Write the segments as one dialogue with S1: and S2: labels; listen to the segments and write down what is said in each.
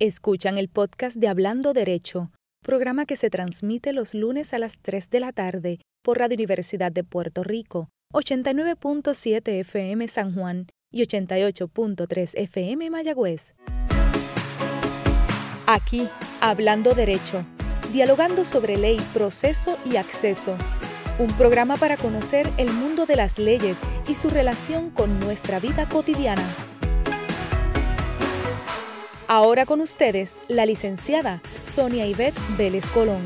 S1: Escuchan el podcast de Hablando Derecho, programa que se transmite los lunes a las 3 de la tarde por Radio Universidad de Puerto Rico, 89.7 FM San Juan y 88.3 FM Mayagüez. Aquí, Hablando Derecho, dialogando sobre ley, proceso y acceso. Un programa para conocer el mundo de las leyes y su relación con nuestra vida cotidiana. Ahora con ustedes, la licenciada Sonia Ivette Vélez Colón.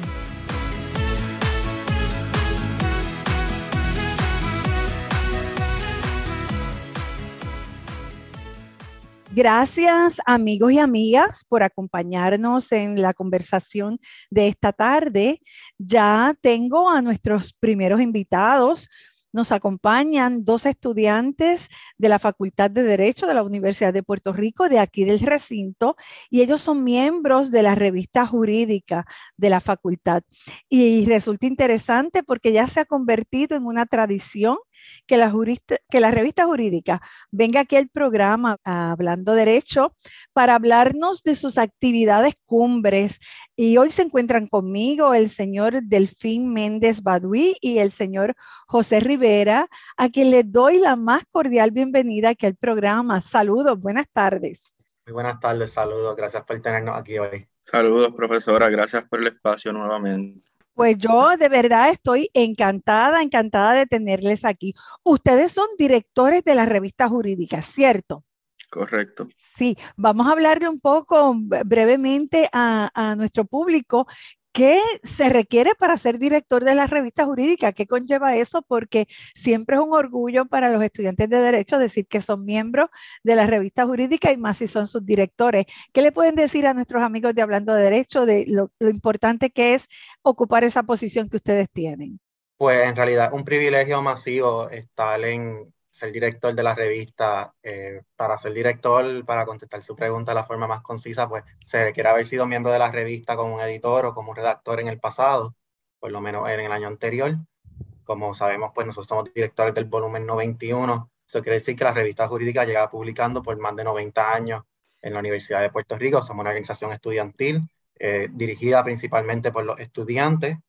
S2: Gracias, amigos y amigas, por acompañarnos en la conversación de esta tarde. Ya tengo a nuestros primeros invitados. Nos acompañan dos estudiantes de la Facultad de Derecho de la Universidad de Puerto Rico, de aquí del recinto, y ellos son miembros de la revista jurídica de la facultad. Y resulta interesante porque ya se ha convertido en una tradición que la revista jurídica venga aquí al programa Hablando Derecho para hablarnos de sus actividades cumbres. Y hoy se encuentran conmigo el señor Delfín Méndez Baduy y el señor José Rivera, a quien les doy la más cordial bienvenida aquí al programa. Saludos, buenas tardes.
S3: Muy buenas tardes, saludos, gracias por tenernos aquí hoy.
S4: Saludos, profesora, gracias por el espacio nuevamente.
S2: Pues yo de verdad estoy encantada de tenerles aquí. Ustedes son directores de la revista jurídica, ¿cierto?
S4: Correcto.
S2: Sí, vamos a hablarle un poco brevemente a nuestro público. ¿Qué se requiere para ser director de la revista jurídica? ¿Qué conlleva eso? Porque siempre es un orgullo para los estudiantes de Derecho decir que son miembros de la revista jurídica y más si son sus directores. ¿Qué le pueden decir a nuestros amigos de Hablando de Derecho de lo importante que es ocupar esa posición que ustedes tienen?
S3: Pues en realidad un privilegio masivo estar en ser director de la revista. Para ser director, para contestar su pregunta de la forma más concisa, pues se requiere haber sido miembro de la revista como un editor o como un redactor en el pasado, por lo menos en el año anterior. Como sabemos, pues nosotros somos directores del volumen 91. Eso quiere decir que la revista jurídica lleva publicando por más de 90 años en la Universidad de Puerto Rico. Somos una organización estudiantil dirigida principalmente por los estudiantes.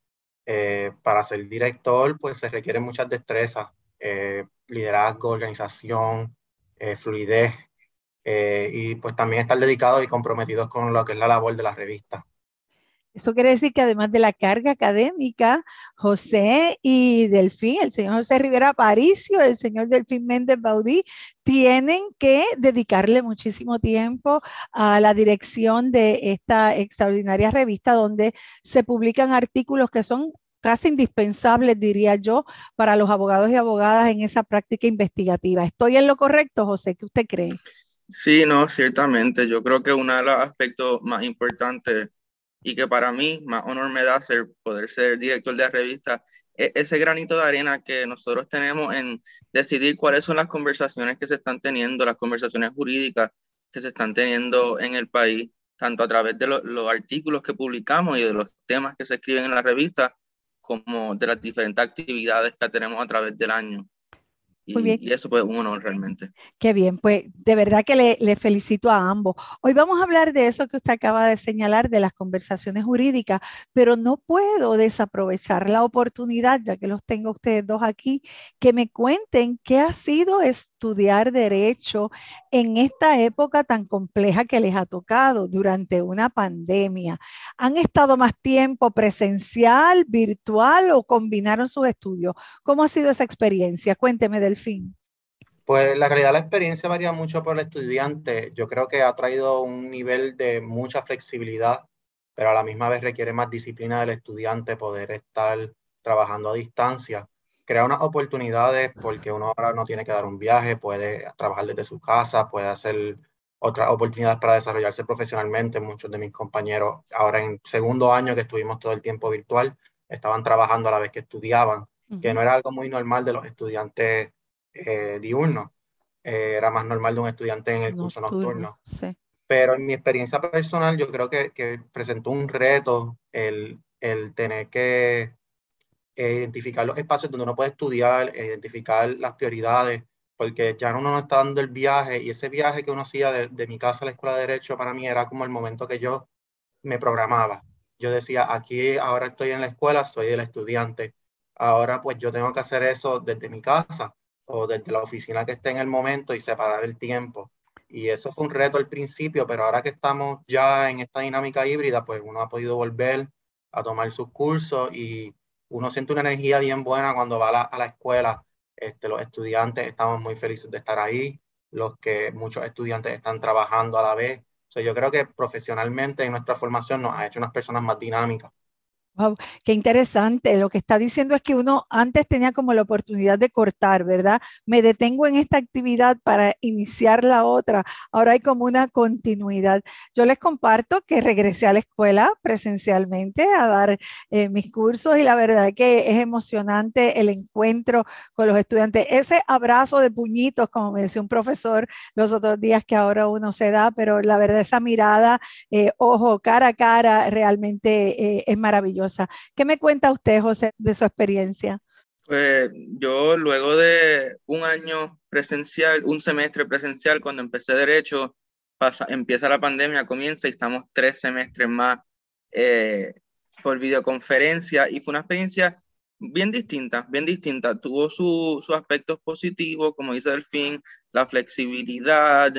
S3: Para ser director, pues se requieren muchas destrezas, liderazgo, organización, fluidez, y pues también estar dedicados y comprometidos con lo que es la labor de la revista.
S2: Eso quiere decir que además de la carga académica, José y Delfín, el señor José Rivera Aparicio, el señor Delfín Méndez Baudí, tienen que dedicarle muchísimo tiempo a la dirección de esta extraordinaria revista donde se publican artículos que son casi indispensables, diría yo, para los abogados y abogadas en esa práctica investigativa. ¿Estoy en lo correcto, José? ¿Qué usted cree?
S4: Sí, no, ciertamente. Yo creo que uno de los aspectos más importantes y que para mí más honor me da poder ser director de la revista es ese granito de arena que nosotros tenemos en decidir cuáles son las conversaciones que se están teniendo, las conversaciones jurídicas que se están teniendo en el país, tanto a través de los artículos que publicamos y de los temas que se escriben en la revista, como de las diferentes actividades que tenemos a través del año.
S2: Muy bien.
S4: Y eso pues un honor realmente.
S2: Qué bien, pues de verdad que le felicito a ambos. Hoy vamos a hablar de eso que usted acaba de señalar, de las conversaciones jurídicas, pero no puedo desaprovechar la oportunidad, ya que los tengo ustedes dos aquí, que me cuenten qué ha sido estudiar derecho en esta época tan compleja que les ha tocado durante una pandemia. ¿Han estado más tiempo presencial, virtual o combinaron sus estudios? ¿Cómo ha sido esa experiencia? Cuénteme, Delfín.
S3: Pues la realidad la experiencia varía mucho por el estudiante. Yo creo que ha traído un nivel de mucha flexibilidad, pero a la misma vez requiere más disciplina del estudiante poder estar trabajando a distancia. Crea unas oportunidades porque uno ahora no tiene que dar un viaje, puede trabajar desde su casa, puede hacer otras oportunidades para desarrollarse profesionalmente. Muchos de mis compañeros ahora en segundo año que estuvimos todo el tiempo virtual, estaban trabajando a la vez que estudiaban, que no era algo muy normal de los estudiantes diurno. Era más normal de un estudiante en el curso nocturno.
S2: Sí.
S3: Pero en mi experiencia personal, yo creo que presentó un reto el tener que identificar los espacios donde uno puede estudiar, identificar las prioridades. porque ya uno no está dando el viaje, y ese viaje que uno hacía de mi casa a la escuela de Derecho para mí era como el momento que yo me programaba. Yo decía, aquí ahora estoy en la escuela, soy el estudiante. Ahora pues yo tengo que hacer eso desde mi casa o desde la oficina que esté en el momento y separar el tiempo. Y eso fue un reto al principio, pero ahora que estamos ya en esta dinámica híbrida, pues uno ha podido volver a tomar sus cursos y uno siente una energía bien buena cuando va a la escuela. Los estudiantes estamos muy felices de estar ahí, muchos estudiantes están trabajando a la vez. Yo creo que profesionalmente en nuestra formación nos ha hecho unas personas más dinámicas.
S2: Wow, qué interesante. Lo que está diciendo es que uno antes tenía como la oportunidad de cortar, ¿verdad? Me detengo en esta actividad para iniciar la otra. Ahora hay como una continuidad. Yo les comparto que regresé a la escuela presencialmente a dar mis cursos y la verdad que es emocionante el encuentro con los estudiantes. Ese abrazo de puñitos, como me decía un profesor los otros días que ahora uno se da, pero la verdad esa mirada, ojo, cara a cara, realmente es maravillosa. ¿Qué me cuenta usted, José, de su experiencia?
S4: Pues yo luego de un año presencial, un semestre presencial, cuando empecé Derecho, empieza la pandemia, comienza y estamos 3 semestres más eh, por videoconferencia y fue una experiencia bien distinta, bien distinta. Tuvo sus aspectos positivos, como dice Delfín, la flexibilidad,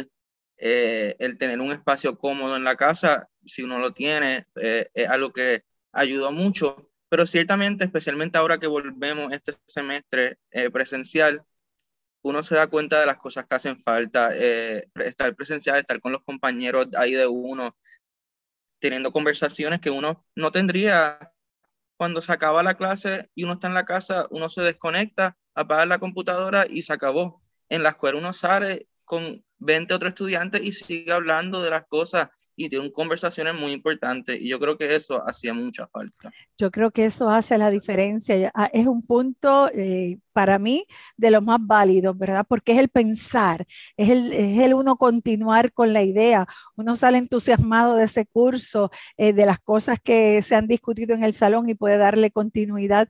S4: el tener un espacio cómodo en la casa, si uno lo tiene, es algo que ayudó mucho. Pero ciertamente, especialmente ahora que volvemos este semestre presencial, uno se da cuenta de las cosas que hacen falta, estar presencial, estar con los compañeros ahí de uno, teniendo conversaciones que uno no tendría cuando se acaba la clase y uno está en la casa, uno se desconecta, apaga la computadora y se acabó. En la escuela uno sale con 20 otros estudiantes y sigue hablando de las cosas y tiene conversaciones muy importantes y yo creo que eso hacía mucha falta.
S2: Yo creo que eso hace la diferencia. Es un punto para mí de los más válidos, ¿verdad? Porque es el pensar, es el uno continuar con la idea. Uno sale entusiasmado de ese curso, de las cosas que se han discutido en el salón y puede darle continuidad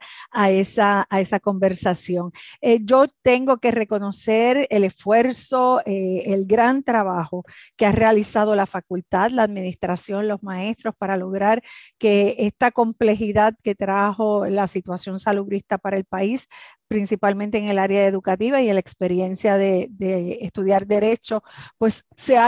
S2: a esa conversación. Yo tengo que reconocer el esfuerzo, el gran trabajo que ha realizado la facultad, la administración, los maestros para lograr que esta complejidad que trajo la situación salubrista para el país, principalmente en el área educativa y en la experiencia de estudiar derecho, pues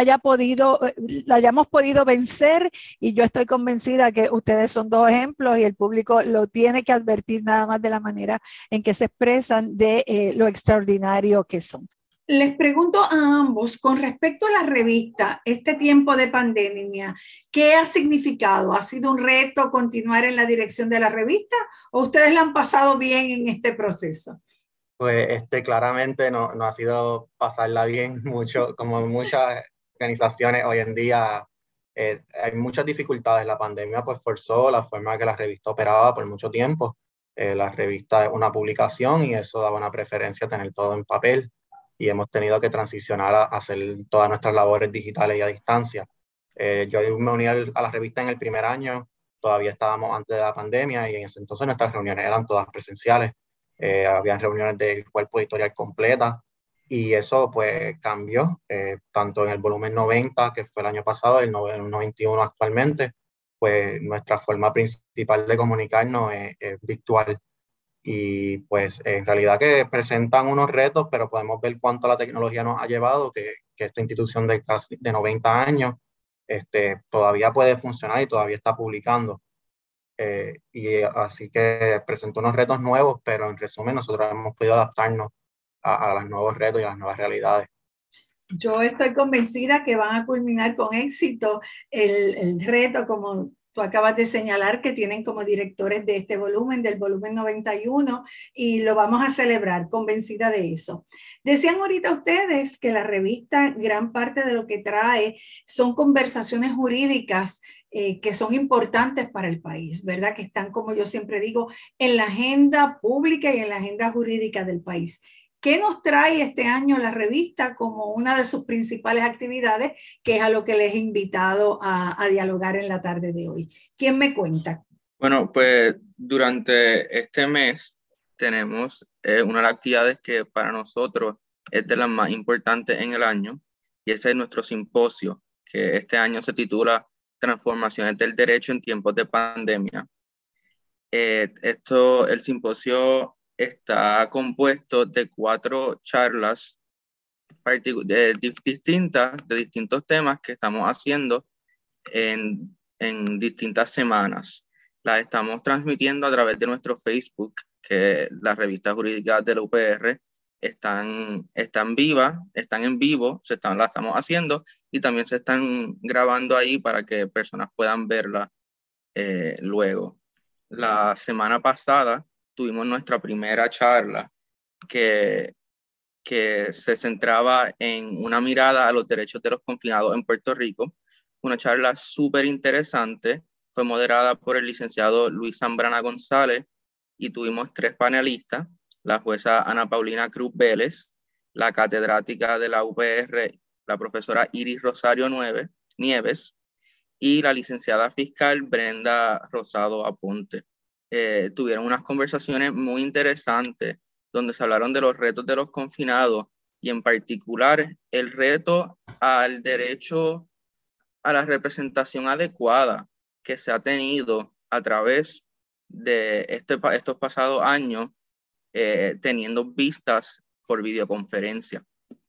S2: la hayamos podido vencer y yo estoy convencida que ustedes son dos ejemplos y el público lo tiene que advertir nada más de la manera en que se expresan de lo extraordinario que son.
S5: Les pregunto a ambos, con respecto a la revista, este tiempo de pandemia, ¿qué ha significado? ¿Ha sido un reto continuar en la dirección de la revista o ustedes la han pasado bien en este proceso?
S3: Pues claramente no ha sido pasarla bien mucho, como en muchas organizaciones hoy en día hay muchas dificultades. La pandemia pues forzó la forma que la revista operaba por mucho tiempo. La revista es una publicación y eso daba una preferencia a tener todo en papel y hemos tenido que transicionar a hacer todas nuestras labores digitales y a distancia. Yo me uní a la revista en el primer año, todavía estábamos antes de la pandemia y en ese entonces nuestras reuniones eran todas presenciales. Habían reuniones del cuerpo editorial completa y eso pues cambió, tanto en el volumen 90, que fue el año pasado, el 91 actualmente, pues nuestra forma principal de comunicarnos es virtual. Y pues en realidad que presentan unos retos, pero podemos ver cuánto la tecnología nos ha llevado, que esta institución de casi de 90 años todavía puede funcionar y todavía está publicando. Y así que presentó unos retos nuevos, pero en resumen nosotros hemos podido adaptarnos a los nuevos retos y a las nuevas realidades.
S5: Yo estoy convencida que van a culminar con éxito el reto, como tú acabas de señalar, que tienen como directores de este volumen, del volumen 91, y lo vamos a celebrar, convencida de eso. Decían ahorita ustedes que la revista, gran parte de lo que trae son conversaciones jurídicas que son importantes para el país, ¿verdad? Que están, como yo siempre digo, en la agenda pública y en la agenda jurídica del país. ¿Qué nos trae este año la revista como una de sus principales actividades, que es a lo que les he invitado a dialogar en la tarde de hoy? ¿Quién me cuenta?
S4: Bueno, pues durante este mes tenemos una de las actividades que para nosotros es de las más importantes en el año, y ese es nuestro simposio, que este año se titula Transformaciones del Derecho en tiempos de pandemia. El simposio está compuesto de 4 charlas distintas, de distintos temas que estamos haciendo en distintas semanas. Las estamos transmitiendo a través de nuestro Facebook, que las revistas jurídicas de la UPR están vivas, están en vivo, las estamos haciendo y también se están grabando ahí para que personas puedan verlas luego. La semana pasada tuvimos nuestra primera charla que se centraba en una mirada a los derechos de los confinados en Puerto Rico. Una charla súper interesante, fue moderada por el licenciado Luis Zambrana González y tuvimos 3 panelistas, la jueza Ana Paulina Cruz Vélez, la catedrática de la UPR, la profesora Iris Rosario Nieves, y la licenciada fiscal Brenda Rosado Aponte. Tuvieron unas conversaciones muy interesantes donde se hablaron de los retos de los confinados y en particular el reto al derecho a la representación adecuada que se ha tenido a través de estos pasados años teniendo vistas por videoconferencia.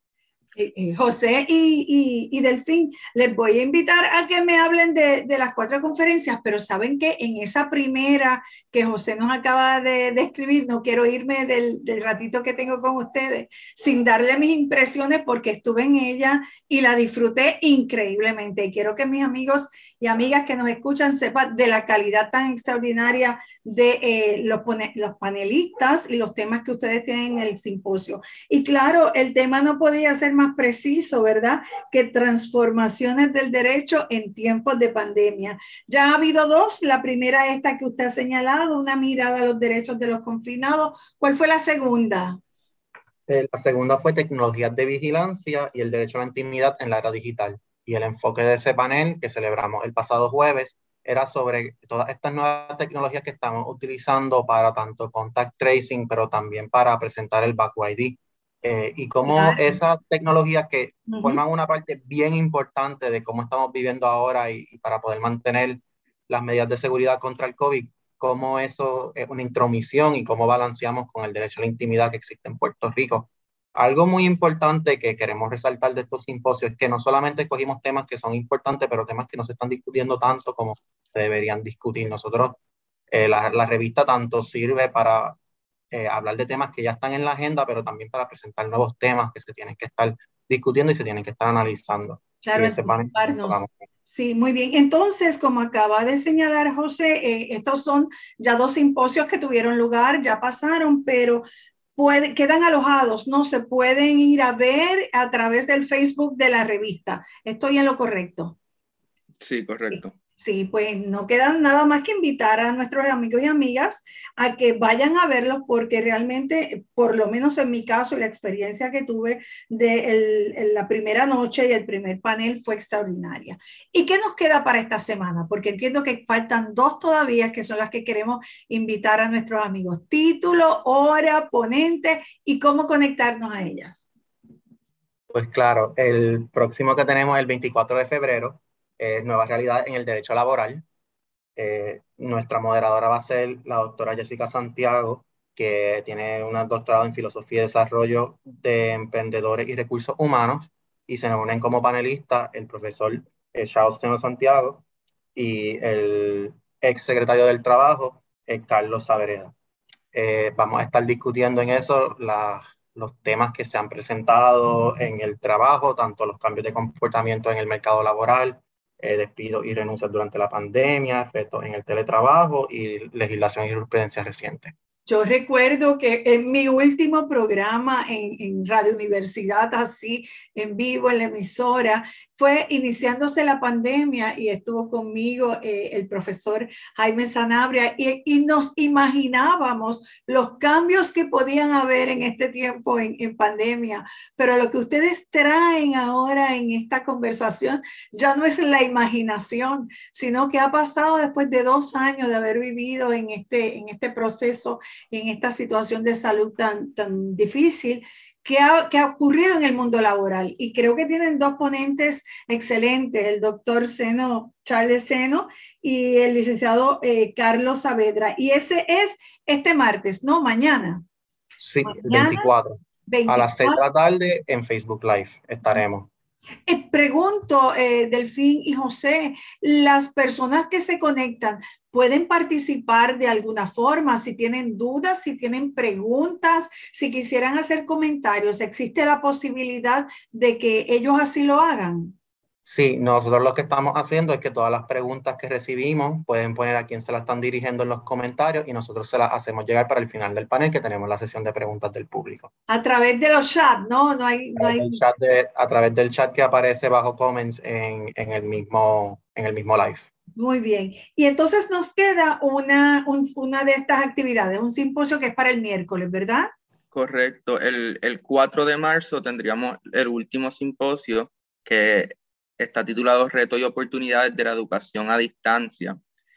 S5: José y Delfín, les voy a invitar a que me hablen de las 4 conferencias, pero saben que en esa primera que José nos acaba de describir, no quiero irme del ratito que tengo con ustedes sin darle mis impresiones porque estuve en ella y la disfruté increíblemente. Y quiero que mis amigos y amigas que nos escuchan sepan de la calidad tan extraordinaria de los panelistas y los temas que ustedes tienen en el simposio. Y claro, el tema no podía ser más preciso, ¿verdad? Que transformaciones del derecho en tiempos de pandemia. Ya ha habido 2, la primera esta que usted ha señalado, una mirada a los derechos de los confinados. ¿Cuál fue la segunda?
S3: La segunda fue tecnologías de vigilancia y el derecho a la intimidad en la era digital. Y el enfoque de ese panel que celebramos el pasado jueves era sobre todas estas nuevas tecnologías que estamos utilizando para tanto contact tracing, pero también para presentar el Back ID. Y cómo esas tecnologías que forman una parte bien importante de cómo estamos viviendo ahora y para poder mantener las medidas de seguridad contra el COVID, cómo eso es una intromisión y cómo balanceamos con el derecho a la intimidad que existe en Puerto Rico. Algo muy importante que queremos resaltar de estos simposios es que no solamente escogimos temas que son importantes, pero temas que no se están discutiendo tanto como se deberían discutir. Nosotros, la revista tanto sirve para hablar de temas que ya están en la agenda, pero también para presentar nuevos temas que se tienen que estar discutiendo y se tienen que estar analizando.
S5: Claro, sí, muy bien. Entonces, como acaba de señalar José, estos son ya 2 simposios que tuvieron lugar, ya pasaron, pero quedan alojados, no se pueden ir a ver a través del Facebook de la revista. ¿Estoy en lo correcto?
S4: Sí, correcto.
S5: Sí, pues no queda nada más que invitar a nuestros amigos y amigas a que vayan a verlos porque realmente, por lo menos en mi caso y la experiencia que tuve de la primera noche y el primer panel fue extraordinaria. ¿Y qué nos queda para esta semana? Porque entiendo que faltan 2 todavía que son las que queremos invitar a nuestros amigos. Título, hora, ponente y cómo conectarnos a ellas.
S3: Pues claro, el próximo que tenemos el 24 de febrero es Nueva Realidad en el Derecho Laboral. Nuestra moderadora va a ser la doctora Jessica Santiago, que tiene un doctorado en Filosofía y Desarrollo de Emprendedores y Recursos Humanos, y se nos unen como panelistas el profesor Charles Teno Santiago y el ex secretario del Trabajo, Carlos Savereda. Vamos a estar discutiendo en eso los temas que se han presentado en el trabajo, tanto los cambios de comportamiento en el mercado laboral, despidos y renuncias durante la pandemia, retos en el teletrabajo y legislación y jurisprudencia reciente.
S5: Yo recuerdo que en mi último programa en Radio Universidad, así en vivo en la emisora, fue iniciándose la pandemia y estuvo conmigo el profesor Jaime Sanabria y nos imaginábamos los cambios que podían haber en este tiempo en pandemia, pero lo que ustedes traen ahora en esta conversación ya no es la imaginación, sino que ha pasado después de 2 años de haber vivido en este proceso, en esta situación de salud tan difícil. qué ha ocurrido en el mundo laboral. Y creo que tienen dos ponentes excelentes, el doctor Charles Seno y el licenciado Carlos Saavedra. Y ese es este martes, ¿no? Mañana.
S3: Sí,
S5: Mañana,
S3: el 24.
S5: 24.
S3: A las 6 de la tarde en Facebook Live estaremos.
S5: Pregunto, Delfín y José, ¿las personas que se conectan pueden participar de alguna forma? Si tienen dudas, si tienen preguntas, si quisieran hacer comentarios, ¿existe la posibilidad de que ellos así lo hagan?
S3: Sí, nosotros lo que estamos haciendo es que todas las preguntas que recibimos pueden poner a quién se las están dirigiendo en los comentarios y nosotros se las hacemos llegar para el final del panel, que tenemos la sesión de preguntas del público.
S5: A través de los chats, ¿no?
S3: A través del chat que aparece bajo comments en el mismo live.
S5: Muy bien. Y entonces nos queda una de estas actividades, un simposio que es para el miércoles, ¿verdad?
S4: Correcto. El 4 de marzo tendríamos el último simposio que está titulado Retos y oportunidades de la educación a distancia.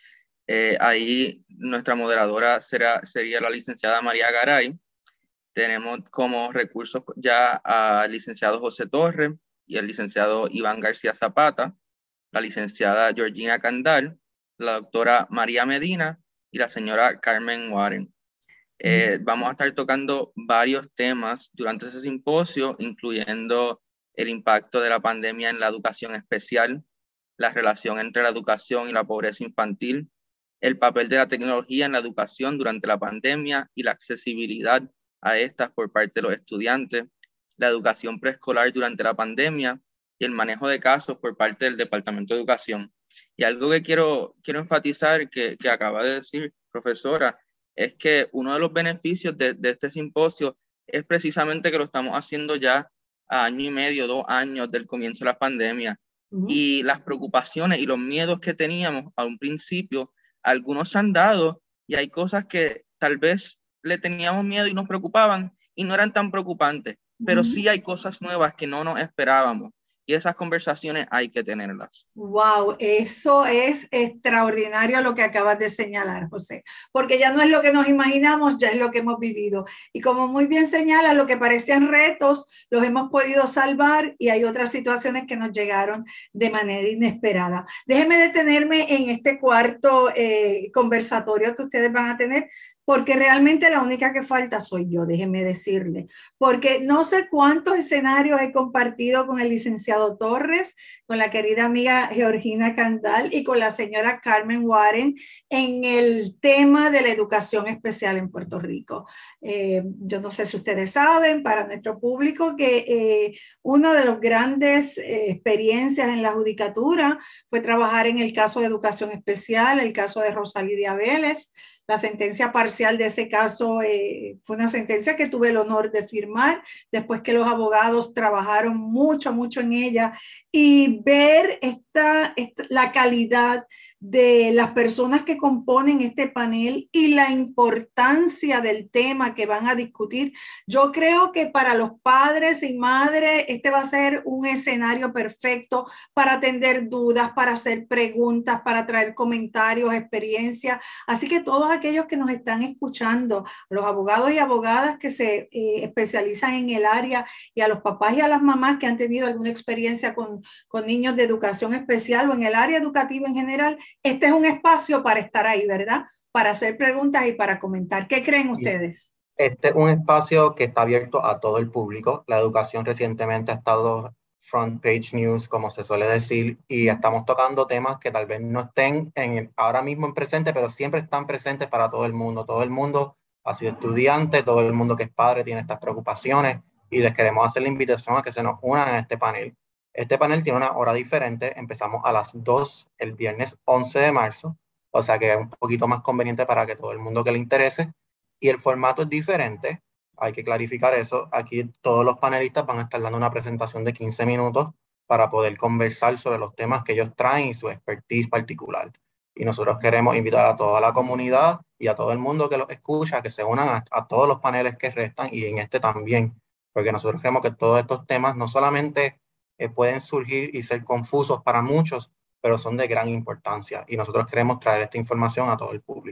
S4: Ahí nuestra moderadora sería la licenciada María Garay. Tenemos como recursos ya al licenciado José Torres y al licenciado Iván García Zapata, la licenciada Georgina Candal, la doctora María Medina y la señora Carmen Warren. Vamos a estar tocando varios temas durante ese simposio, incluyendo el impacto de la pandemia en la educación especial, la relación entre la educación y la pobreza infantil, el papel de la tecnología en la educación durante la pandemia y la accesibilidad a estas por parte de los estudiantes, la educación preescolar durante la pandemia y el manejo de casos por parte del Departamento de Educación. Y algo que quiero enfatizar que acaba de decir, profesora, es que uno de los beneficios de este simposio es precisamente que lo estamos haciendo ya a año y medio, 2 años del comienzo de la pandemia. Y las preocupaciones y los miedos que teníamos a un principio, algunos se han dado y hay cosas que tal vez le teníamos miedo y nos preocupaban y no eran tan preocupantes, pero sí hay cosas nuevas que no nos esperábamos. Y esas conversaciones hay que tenerlas.
S5: Wow, eso es extraordinario lo que acabas de señalar, José, porque ya no es lo que nos imaginamos, ya es lo que hemos vivido. Y como muy bien señala, lo que parecían retos los hemos podido salvar y hay otras situaciones que nos llegaron de manera inesperada. Déjenme detenerme en este cuarto conversatorio que ustedes van a tener, porque realmente la única que falta soy yo, déjenme decirle, porque no sé cuántos escenarios he compartido con el licenciado Torres, con la querida amiga Georgina Candal y con la señora Carmen Warren en el tema de la educación especial en Puerto Rico. Yo no sé si ustedes saben, para nuestro público, que una de las grandes experiencias en la judicatura fue trabajar en el caso de educación especial, el caso de Rosalía Vélez. La sentencia parcial de ese caso fue una sentencia que tuve el honor de firmar después que los abogados trabajaron mucho en ella, y ver la calidad de las personas que componen este panel y la importancia del tema que van a discutir. Yo creo que para los padres y madres este va a ser un escenario perfecto para atender dudas, para hacer preguntas, para traer comentarios, experiencias. Así que todos aquellos que nos están escuchando, los abogados y abogadas que se especializan en el área, y a los papás y a las mamás que han tenido alguna experiencia con niños de educación especial o en el área educativa en general, este es un espacio para estar ahí, ¿verdad? Para hacer preguntas y para comentar. ¿Qué creen ustedes?
S3: Este es un espacio que está abierto a todo el público. La educación recientemente ha estado front page news, como se suele decir, y estamos tocando temas que tal vez no estén ahora mismo en presente, pero siempre están presentes para todo el mundo. Todo el mundo ha sido estudiante, todo el mundo que es padre tiene estas preocupaciones y les queremos hacer la invitación a que se nos unan a este panel. Este panel tiene una hora diferente. Empezamos a las 2 el viernes 11 de marzo, o sea que es un poquito más conveniente para que todo el mundo que le interese. Y el formato es diferente, hay que clarificar eso. Aquí todos los panelistas van a estar dando una presentación de 15 minutos para poder conversar sobre los temas que ellos traen y su expertise particular. Y nosotros queremos invitar a toda la comunidad y a todo el mundo que los escucha, que se unan a todos los paneles que restan y en este también, porque nosotros creemos que todos estos temas no solamente pueden surgir y ser confusos para muchos, pero son de gran importancia y nosotros queremos traer esta información a todo el público.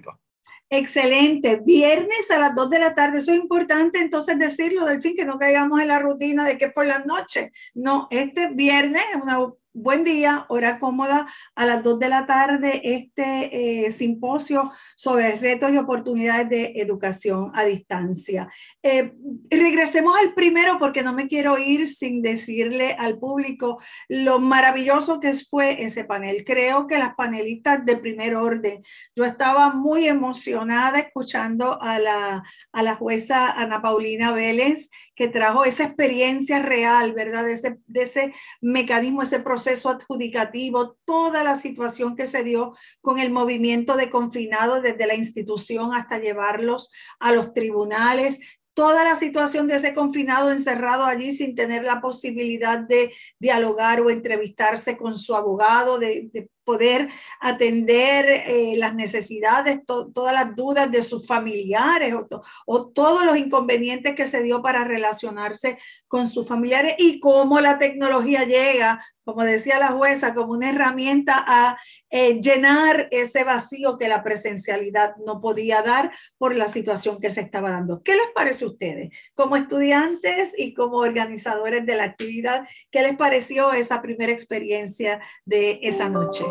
S5: Excelente. Viernes a las 2 de la tarde. Eso es importante entonces decirlo, Delfín, que no caigamos en la rutina de que es por las noches. No, este viernes es un buen día, hora cómoda, a las 2 de la tarde, simposio sobre retos y oportunidades de educación a distancia. Regresemos al primero porque no me quiero ir sin decirle al público lo maravilloso que fue ese panel. Creo que las panelistas de primer orden, yo estaba muy emocionada escuchando a la jueza Ana Paulina Vélez, que trajo esa experiencia real, ¿verdad? De ese mecanismo, ese proceso adjudicativo, toda la situación que se dio con el movimiento de confinados desde la institución hasta llevarlos a los tribunales, toda la situación de ese confinado encerrado allí sin tener la posibilidad de dialogar o entrevistarse con su abogado, de poder atender las necesidades, todas las dudas de sus familiares o todos los inconvenientes que se dio para relacionarse con sus familiares y cómo la tecnología llega, como decía la jueza, como una herramienta a llenar ese vacío que la presencialidad no podía dar por la situación que se estaba dando. ¿Qué les parece a ustedes? Como estudiantes y como organizadores de la actividad, ¿qué les pareció esa primera experiencia de esa noche?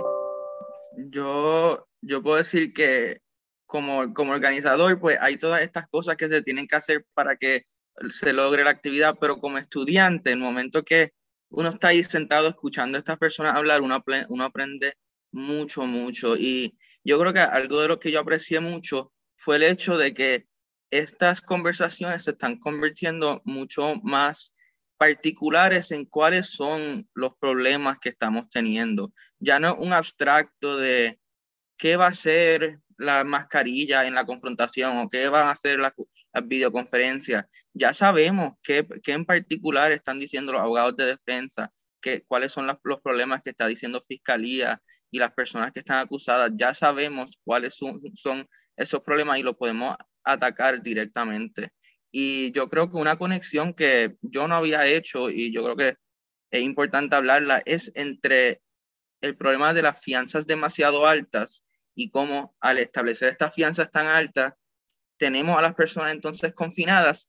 S4: Yo puedo decir que como organizador, pues hay todas estas cosas que se tienen que hacer para que se logre la actividad, pero como estudiante, en el momento que uno está ahí sentado escuchando a estas personas hablar, uno aprende mucho, mucho. Y yo creo que algo de lo que yo aprecié mucho fue el hecho de que estas conversaciones se están convirtiendo mucho más particulares en cuáles son los problemas que estamos teniendo. Ya no un abstracto de qué va a ser la mascarilla en la confrontación o qué van a hacer las videoconferencias. Ya sabemos qué en particular están diciendo los abogados de defensa, cuáles son los problemas que está diciendo Fiscalía y las personas que están acusadas. Ya sabemos cuáles son esos problemas y lo podemos atacar directamente. Y yo creo que una conexión que yo no había hecho y yo creo que es importante hablarla es entre el problema de las fianzas demasiado altas y cómo al establecer estas fianzas tan altas tenemos a las personas entonces confinadas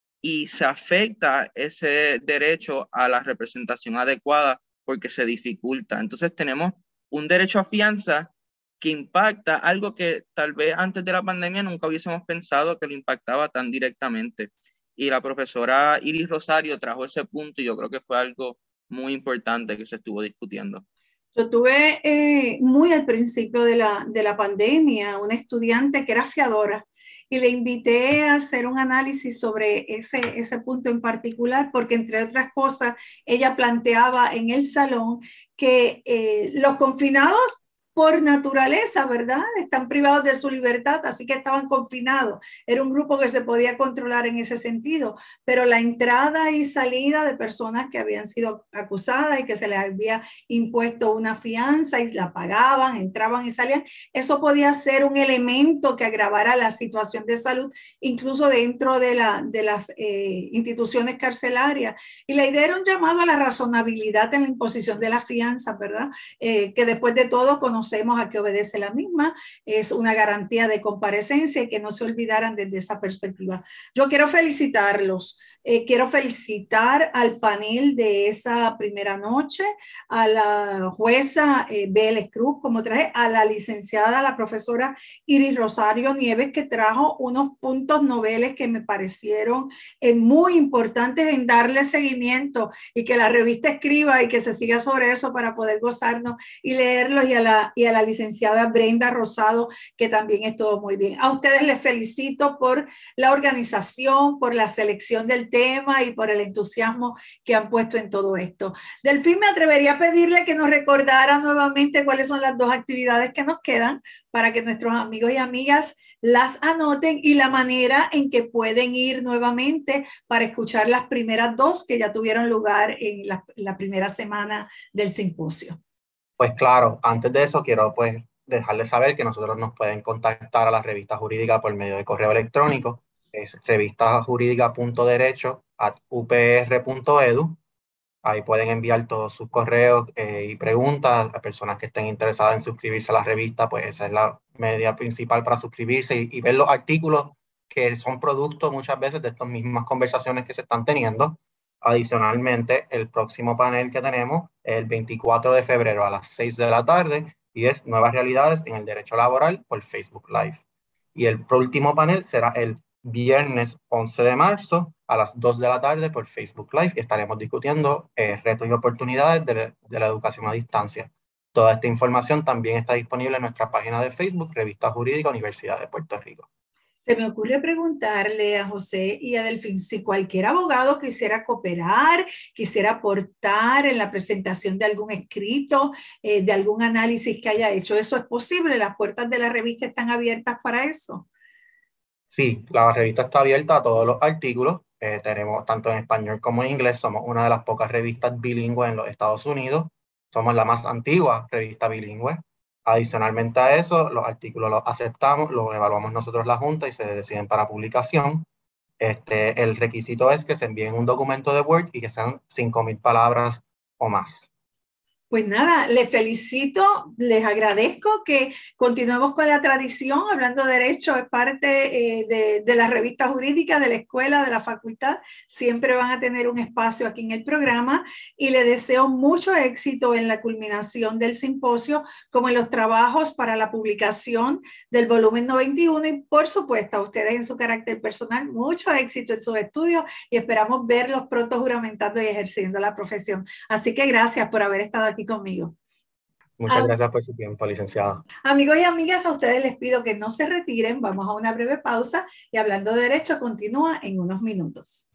S4: y se afecta ese derecho a la representación adecuada porque se dificulta. Entonces tenemos un derecho a fianza que impacta algo que tal vez antes de la pandemia nunca hubiésemos pensado que lo impactaba tan directamente. Y la profesora Iris Rosario trajo ese punto y yo creo que fue algo muy importante que se estuvo discutiendo.
S5: Yo tuve muy al principio de la pandemia una estudiante que era fiadora y le invité a hacer un análisis sobre ese punto en particular, porque entre otras cosas, ella planteaba en el salón que los confinados por naturaleza, ¿verdad? Están privados de su libertad, así que estaban confinados. Era un grupo que se podía controlar en ese sentido, pero la entrada y salida de personas que habían sido acusadas y que se les había impuesto una fianza y la pagaban, entraban y salían, eso podía ser un elemento que agravara la situación de salud, incluso dentro de las instituciones carcelarias. Y la idea era un llamado a la razonabilidad en la imposición de la fianza, ¿verdad? Que después de todo conocemos a qué obedece la misma, es una garantía de comparecencia y que no se olvidaran desde esa perspectiva. Yo quiero felicitarlos, quiero felicitar al panel de esa primera noche, a la jueza Vélez Cruz, como traje, a la licenciada, la profesora Iris Rosario Nieves, que trajo unos puntos noveles que me parecieron muy importantes en darle seguimiento y que la revista escriba y que se siga sobre eso para poder gozarnos y leerlos, y a la licenciada Brenda Rosado, que también estuvo muy bien. A ustedes les felicito por la organización, por la selección del tema y por el entusiasmo que han puesto en todo esto. Delfín, me atrevería a pedirle que nos recordara nuevamente cuáles son las dos actividades que nos quedan para que nuestros amigos y amigas las anoten y la manera en que pueden ir nuevamente para escuchar las primeras dos que ya tuvieron lugar en la primera semana del simposio.
S3: Pues claro, antes de eso quiero pues dejarles saber que nosotros nos pueden contactar a la revista jurídica por medio de correo electrónico, es revistajurídica.derecho@upr.edu. Ahí pueden enviar todos sus correos y preguntas a personas que estén interesadas en suscribirse a la revista, pues esa es la media principal para suscribirse y ver los artículos que son producto muchas veces de estas mismas conversaciones que se están teniendo. Adicionalmente, el próximo panel que tenemos es el 24 de febrero a las 6 de la tarde y es Nuevas Realidades en el Derecho Laboral por Facebook Live. Y el último panel será el viernes 11 de marzo a las 2 de la tarde por Facebook Live y estaremos discutiendo retos y oportunidades de la educación a distancia. Toda esta información también está disponible en nuestra página de Facebook, Revista Jurídica Universidad de Puerto Rico.
S5: Se me ocurre preguntarle a José y a Delfín si cualquier abogado quisiera cooperar, quisiera aportar en la presentación de algún escrito, de algún análisis que haya hecho. ¿Eso es posible? ¿Las puertas de la revista están abiertas para eso?
S3: Sí, la revista está abierta a todos los artículos. Tenemos tanto en español como en inglés. Somos una de las pocas revistas bilingües en los Estados Unidos. Somos la más antigua revista bilingüe. Adicionalmente a eso, los artículos los aceptamos, los evaluamos nosotros la Junta y se deciden para publicación. El requisito es que se envíen un documento de Word y que sean 5,000 palabras o más.
S5: Pues nada, les felicito, les agradezco que continuemos con la tradición, Hablando de Derecho es parte de la revista jurídica, de la escuela, de la facultad, siempre van a tener un espacio aquí en el programa y les deseo mucho éxito en la culminación del simposio, como en los trabajos para la publicación del volumen 91 y por supuesto a ustedes en su carácter personal, mucho éxito en sus estudios y esperamos verlos pronto juramentando y ejerciendo la profesión. Así que gracias por haber estado aquí conmigo.
S3: Muchas gracias por su tiempo, licenciada.
S5: Amigos y amigas, a ustedes les pido que no se retiren, vamos a una breve pausa y Hablando de Derecho continúa en unos minutos.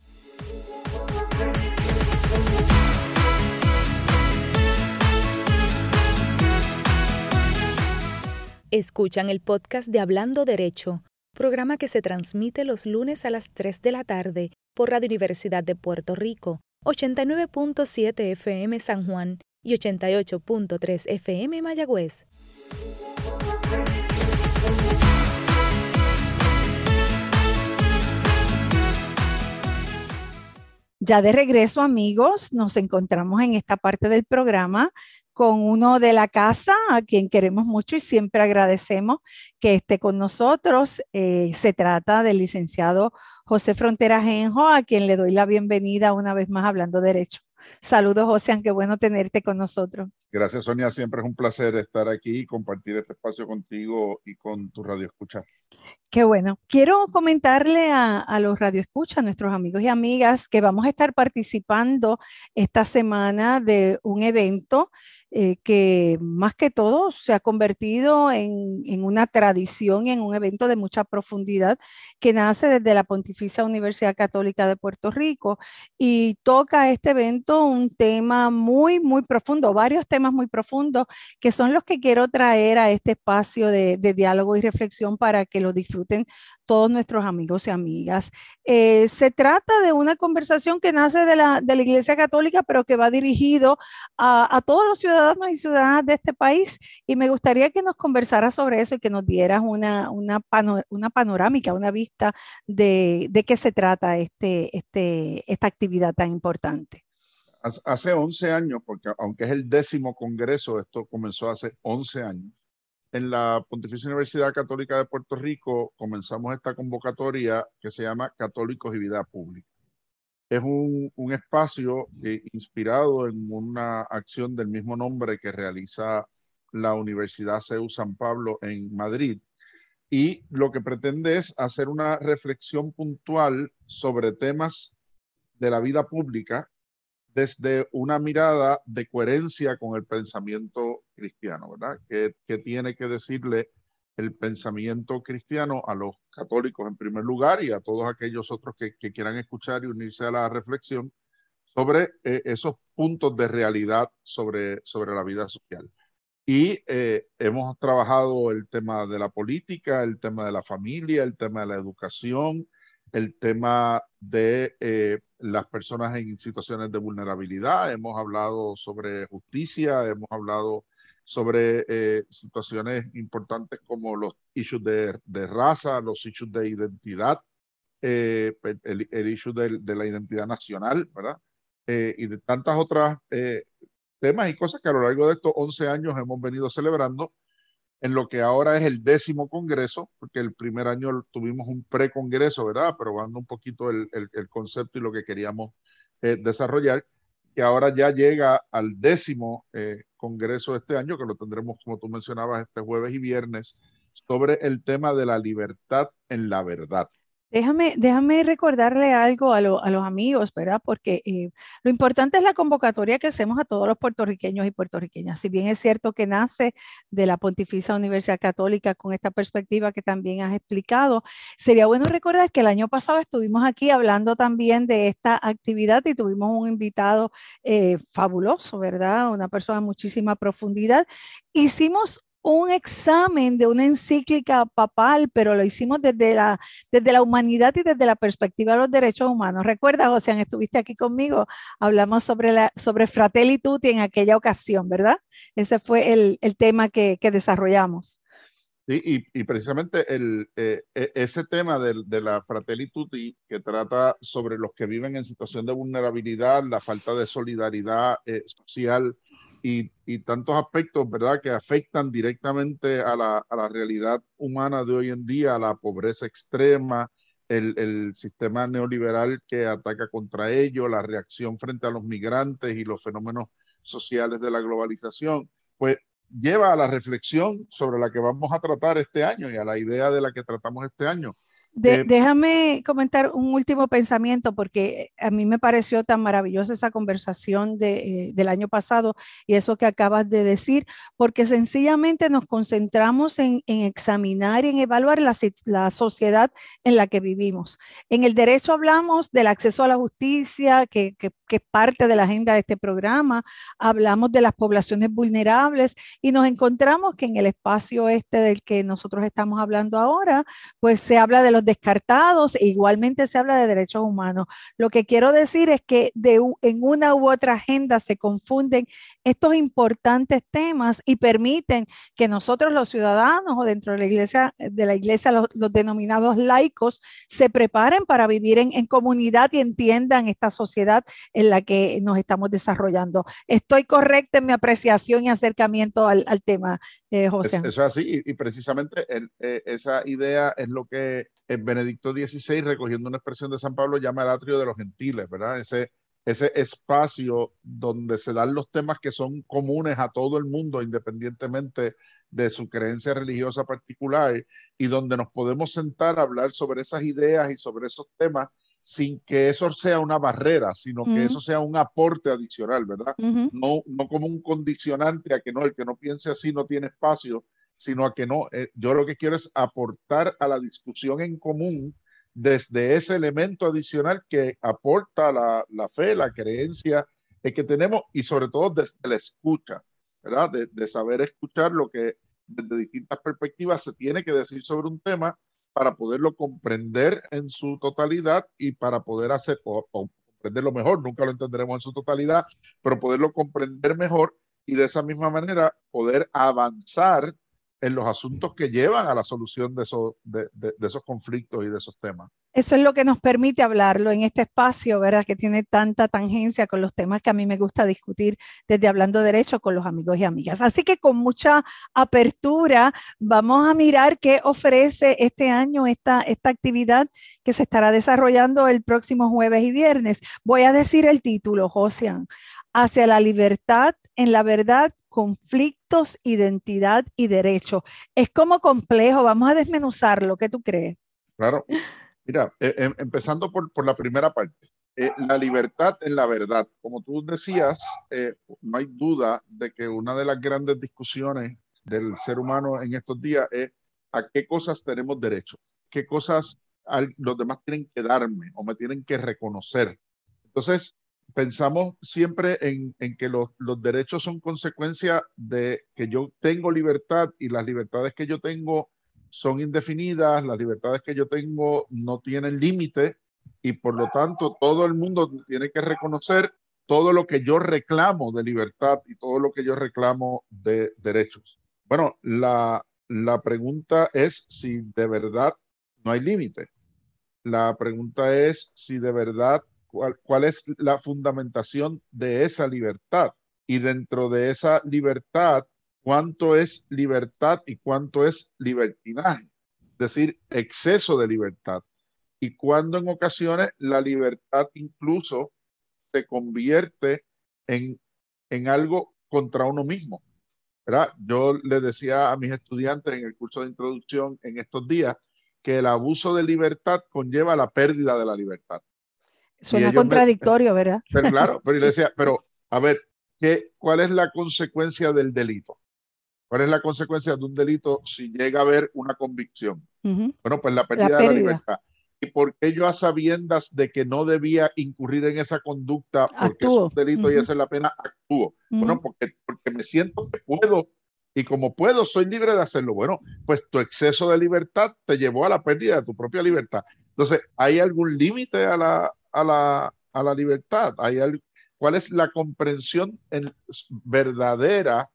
S1: Escuchan el podcast de Hablando Derecho, programa que se transmite los lunes a las 3 de la tarde por Radio Universidad de Puerto Rico, 89.7 FM San Juan y 88.3 FM Mayagüez.
S2: Ya de regreso, amigos, nos encontramos en esta parte del programa con uno de la casa a quien queremos mucho y siempre agradecemos que esté con nosotros. Se trata del licenciado José Frontera Ajenjo, a quien le doy la bienvenida una vez más Hablando Derecho. Saludos, José, qué bueno tenerte con nosotros.
S6: Gracias, Sonia. Siempre es un placer estar aquí y compartir este espacio contigo y con tu radio escucha.
S2: Qué bueno. Quiero comentarle a los radioescuchas, a nuestros amigos y amigas, que vamos a estar participando esta semana de un evento que más que todo se ha convertido en una tradición y en un evento de mucha profundidad que nace desde la Pontificia Universidad Católica de Puerto Rico y toca este evento un tema muy, muy profundo, varios temas muy profundos que son los que quiero traer a este espacio de diálogo y reflexión para que lo disfruten todos nuestros amigos y amigas. Se trata de una conversación que nace de la Iglesia Católica, pero que va dirigido a todos los ciudadanos y ciudadanas de este país, y me gustaría que nos conversaras sobre eso y que nos dieras una panorámica, una vista de qué se trata esta actividad tan importante.
S6: Hace 11 años, porque aunque es el 10º congreso, esto comenzó hace 11 años, en la Pontificia Universidad Católica de Puerto Rico comenzamos esta convocatoria que se llama Católicos y Vida Pública. Es un espacio inspirado en una acción del mismo nombre que realiza la Universidad CEU San Pablo en Madrid. Y lo que pretende es hacer una reflexión puntual sobre temas de la vida pública desde una mirada de coherencia con el pensamiento cristiano, ¿verdad? Que tiene que decirle el pensamiento cristiano a los católicos en primer lugar y a todos aquellos otros que quieran escuchar y unirse a la reflexión sobre esos puntos de realidad sobre la vida social. Y hemos trabajado el tema de la política, el tema de la familia, el tema de la educación, el tema de las personas en situaciones de vulnerabilidad. Hemos hablado sobre justicia, hemos hablado sobre situaciones importantes como los issues de raza, los issues de identidad, el issue de la identidad nacional, ¿verdad? y de tantas otras temas y cosas que a lo largo de estos 11 años hemos venido celebrando en lo que ahora es el 10º congreso, porque el primer año tuvimos un precongreso, ¿verdad? Probando un poquito el concepto y lo que queríamos desarrollar, que ahora ya llega al 10º congreso de este año, que lo tendremos, como tú mencionabas, este jueves y viernes, sobre el tema de la libertad en la verdad.
S2: Déjame recordarle algo a los amigos, ¿verdad? Porque lo importante es la convocatoria que hacemos a todos los puertorriqueños y puertorriqueñas. Si bien es cierto que nace de la Pontificia Universidad Católica con esta perspectiva que también has explicado, sería bueno recordar que el año pasado estuvimos aquí hablando también de esta actividad y tuvimos un invitado fabuloso, ¿verdad? Una persona de muchísima profundidad. Hicimos un examen de una encíclica papal, pero lo hicimos desde la humanidad y desde la perspectiva de los derechos humanos. ¿Recuerdas, José? Estuviste aquí conmigo, hablamos sobre Fratelli Tutti en aquella ocasión, ¿verdad? Ese fue el tema que desarrollamos.
S6: Sí, y precisamente ese tema de la Fratelli Tutti, que trata sobre los que viven en situación de vulnerabilidad, la falta de solidaridad social y tantos aspectos, ¿verdad?, que afectan directamente a la realidad humana de hoy en día, a la pobreza extrema, el sistema neoliberal que ataca contra ello, la reacción frente a los migrantes y los fenómenos sociales de la globalización. Pues lleva a la reflexión sobre la que vamos a tratar este año y a la idea de la que tratamos este año.
S2: Déjame comentar un último pensamiento porque a mí me pareció tan maravillosa esa conversación del año pasado y eso que acabas de decir, porque sencillamente nos concentramos en examinar y en evaluar la sociedad en la que vivimos. En el derecho hablamos del acceso a la justicia, que es parte de la agenda de este programa, hablamos de las poblaciones vulnerables y nos encontramos que en el espacio este del que nosotros estamos hablando ahora, pues se habla de los descartados e igualmente se habla de derechos humanos. Lo que quiero decir es que en una u otra agenda se confunden estos importantes temas y permiten que nosotros los ciudadanos o dentro de la iglesia los denominados laicos se preparen para vivir en comunidad y entiendan esta sociedad en la que nos estamos desarrollando. ¿Estoy correcta en mi apreciación y acercamiento al tema, José?
S6: Eso es así, y precisamente esa idea es lo que Benedicto XVI, recogiendo una expresión de San Pablo, llama el atrio de los gentiles, ¿verdad? Ese espacio donde se dan los temas que son comunes a todo el mundo, independientemente de su creencia religiosa particular, y donde nos podemos sentar a hablar sobre esas ideas y sobre esos temas sin que eso sea una barrera, sino que eso sea un aporte adicional, ¿verdad? No como un condicionante a que no, el que no piense así no tiene espacio, sino a que no, yo lo que quiero es aportar a la discusión en común desde ese elemento adicional que aporta la fe, la creencia que tenemos y sobre todo desde la escucha, ¿verdad? De saber escuchar lo que desde distintas perspectivas se tiene que decir sobre un tema para poderlo comprender en su totalidad y para poder hacer o comprenderlo mejor, nunca lo entenderemos en su totalidad, pero poderlo comprender mejor y de esa misma manera poder avanzar en los asuntos que llevan a la solución de esos conflictos y de esos temas.
S2: Eso es lo que nos permite hablarlo en este espacio, ¿verdad? Que tiene tanta tangencia con los temas que a mí me gusta discutir desde Hablando Derecho con los amigos y amigas. Así que con mucha apertura vamos a mirar qué ofrece este año esta actividad que se estará desarrollando el próximo jueves y viernes. Voy a decir el título, Josian: Hacia la libertad en la verdad, conflictos, identidad y derecho. Es como complejo, vamos a desmenuzarlo. ¿Qué tú crees?
S6: Claro. Mira, empezando por la primera parte, la libertad en la verdad. Como tú decías, no hay duda de que una de las grandes discusiones del ser humano en estos días es a qué cosas tenemos derecho, qué cosas los demás tienen que darme o me tienen que reconocer. Entonces, pensamos siempre en que los derechos son consecuencia de que yo tengo libertad y las libertades que yo tengo son indefinidas, las libertades que yo tengo no tienen límite y por lo tanto todo el mundo tiene que reconocer todo lo que yo reclamo de libertad y todo lo que yo reclamo de derechos. Bueno, la pregunta es si de verdad no hay límite. La pregunta es si de verdad cuál es la fundamentación de esa libertad. Y dentro de esa libertad, cuánto es libertad y cuánto es libertinaje, es decir, exceso de libertad. Y cuando en ocasiones la libertad incluso se convierte en algo contra uno mismo, ¿verdad? Yo le decía a mis estudiantes en el curso de introducción en estos días que el abuso de libertad conlleva la pérdida de la libertad.
S2: Suena contradictorio, ¿verdad?
S6: Pero claro, pero yo le
S2: Sí.
S6: decía, pero a ver, ¿cuál es la consecuencia del delito? ¿Cuál es la consecuencia de un delito si llega a haber una convicción? Bueno, pues la pérdida de la libertad. ¿Y por qué yo, a sabiendas de que no debía incurrir en esa conducta, porque es un delito y esa es la pena, actúo? Bueno, porque me siento que puedo, y como puedo, soy libre de hacerlo. Bueno, pues tu exceso de libertad te llevó a la pérdida de tu propia libertad. Entonces, ¿hay algún límite a la libertad? ¿Cuál es la comprensión verdadera?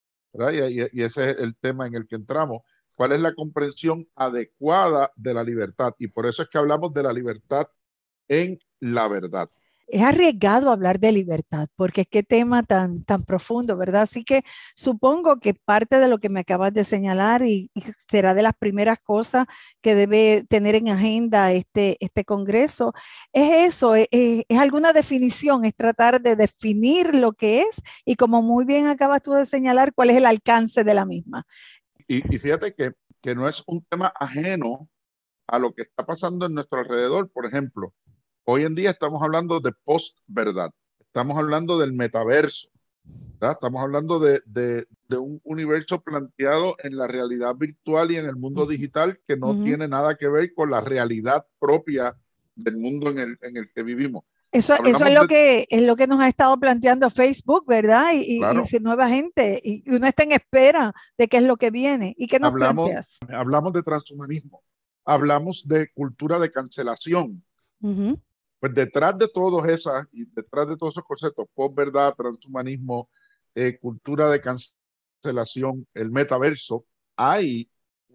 S6: Y ese es el tema en el que entramos. ¿Cuál es la comprensión adecuada de la libertad? Y por eso es que hablamos de la libertad en la verdad.
S2: Es arriesgado hablar de libertad, porque qué tema tan profundo, ¿verdad? Así que supongo que parte de lo que me acabas de señalar y será de las primeras cosas que debe tener en agenda este Congreso, es eso, es alguna definición, es tratar de definir lo que es y, como muy bien acabas tú de señalar, cuál es el alcance de la misma.
S6: Y fíjate que no es un tema ajeno a lo que está pasando en nuestro alrededor. Por ejemplo, hoy en día estamos hablando de post-verdad, estamos hablando del metaverso, ¿verdad? Estamos hablando de un universo planteado en la realidad virtual y en el mundo digital que no tiene nada que ver con la realidad propia del mundo en el que vivimos.
S2: Eso es lo que nos ha estado planteando Facebook, ¿verdad? Y nueva gente, y uno está en espera de qué es lo que viene. ¿Y qué nos planteas?
S6: Hablamos de transhumanismo, hablamos de cultura de cancelación. Pues detrás de todos esos conceptos, posverdad, transhumanismo, cultura de cancelación, el metaverso, hay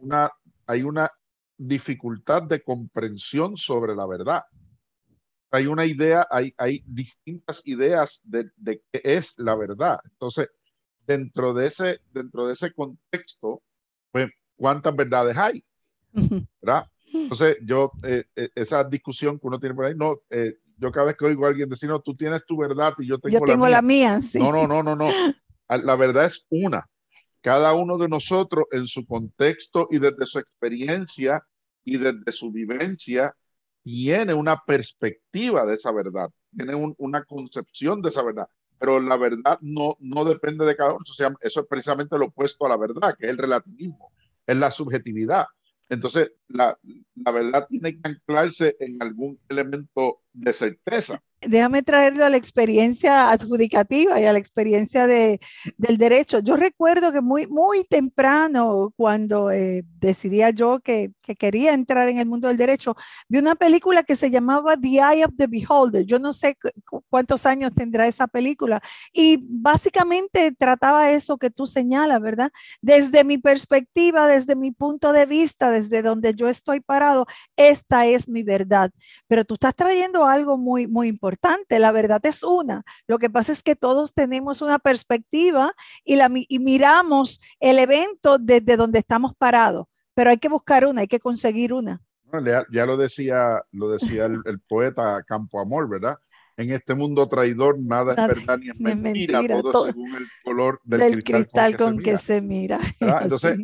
S6: una dificultad de comprensión sobre la verdad. Hay una idea, hay distintas ideas de qué es la verdad. Entonces, dentro de ese contexto, pues, ¿cuántas verdades hay? ¿Verdad? Entonces, esa discusión que uno tiene por ahí, yo cada vez que oigo a alguien decir, no, tú tienes tu verdad y yo tengo
S2: la mía. Sí.
S6: No. La verdad es una. Cada uno de nosotros en su contexto y desde su experiencia y desde su vivencia tiene una perspectiva de esa verdad, tiene una concepción de esa verdad, pero la verdad no depende de cada uno. Eso es precisamente lo opuesto a la verdad, que es el relativismo, es la subjetividad. Entonces, la verdad tiene que anclarse en algún elemento de certeza.
S2: Déjame traerlo a la experiencia adjudicativa y a la experiencia del derecho. Yo recuerdo que muy temprano, cuando decidía yo que quería entrar en el mundo del derecho, vi una película que se llamaba The Eye of the Beholder. Yo no sé cuántos años tendrá esa película. Y básicamente trataba eso que tú señalas, ¿verdad? Desde mi perspectiva, desde mi punto de vista, desde donde yo estoy parado, esta es mi verdad. Pero tú estás trayendo algo muy importante. La verdad es una. Lo que pasa es que todos tenemos una perspectiva y miramos el evento desde donde estamos parados, pero hay que buscar una, hay que conseguir una.
S6: Ya lo decía el poeta Campoamor, ¿verdad? En este mundo traidor nada es verdad ni es mentira, todo es según el color del cristal con que se mira. Entonces,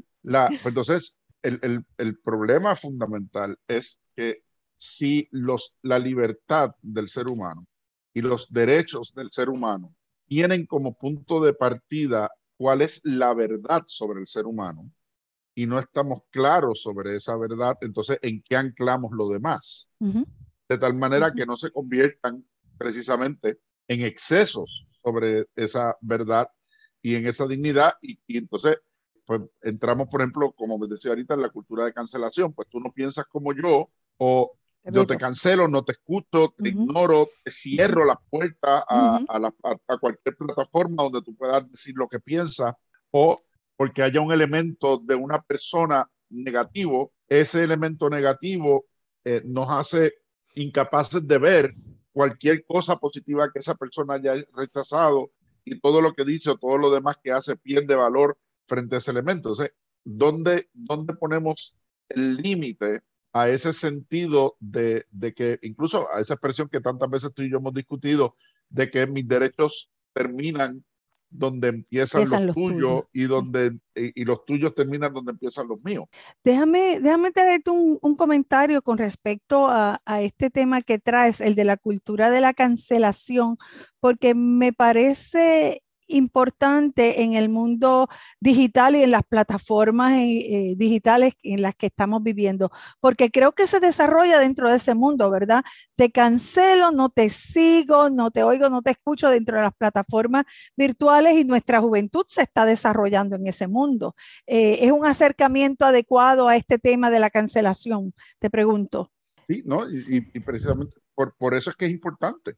S6: el problema fundamental es que si la libertad del ser humano y los derechos del ser humano tienen como punto de partida cuál es la verdad sobre el ser humano y no estamos claros sobre esa verdad, entonces ¿en qué anclamos lo demás? De tal manera que no se conviertan precisamente en excesos sobre esa verdad y en esa dignidad y entonces pues entramos, por ejemplo, como me decía ahorita, en la cultura de cancelación. Pues tú no piensas como yo, o yo te cancelo, no te escucho, te ignoro, te cierro la puerta a cualquier plataforma donde tú puedas decir lo que piensas, o porque haya un elemento de una persona negativo, ese elemento negativo nos hace incapaces de ver cualquier cosa positiva que esa persona haya rechazado y todo lo que dice o todo lo demás que hace pierde valor frente a ese elemento. Entonces, ¿dónde ponemos el límite a ese sentido de que incluso a esa expresión que tantas veces tú y yo hemos discutido, de que mis derechos terminan donde empiezan los tuyos y los tuyos terminan donde empiezan los míos?
S2: Déjame traerte un comentario con respecto a este tema que traes, el de la cultura de la cancelación, porque me parece importante en el mundo digital y en las plataformas digitales en las que estamos viviendo, porque creo que se desarrolla dentro de ese mundo, ¿verdad? Te cancelo, no te sigo, no te oigo, no te escucho dentro de las plataformas virtuales y nuestra juventud se está desarrollando en ese mundo. ¿Es un acercamiento adecuado a este tema de la cancelación? Te pregunto.
S6: Sí, ¿no? Y precisamente por eso es que es importante.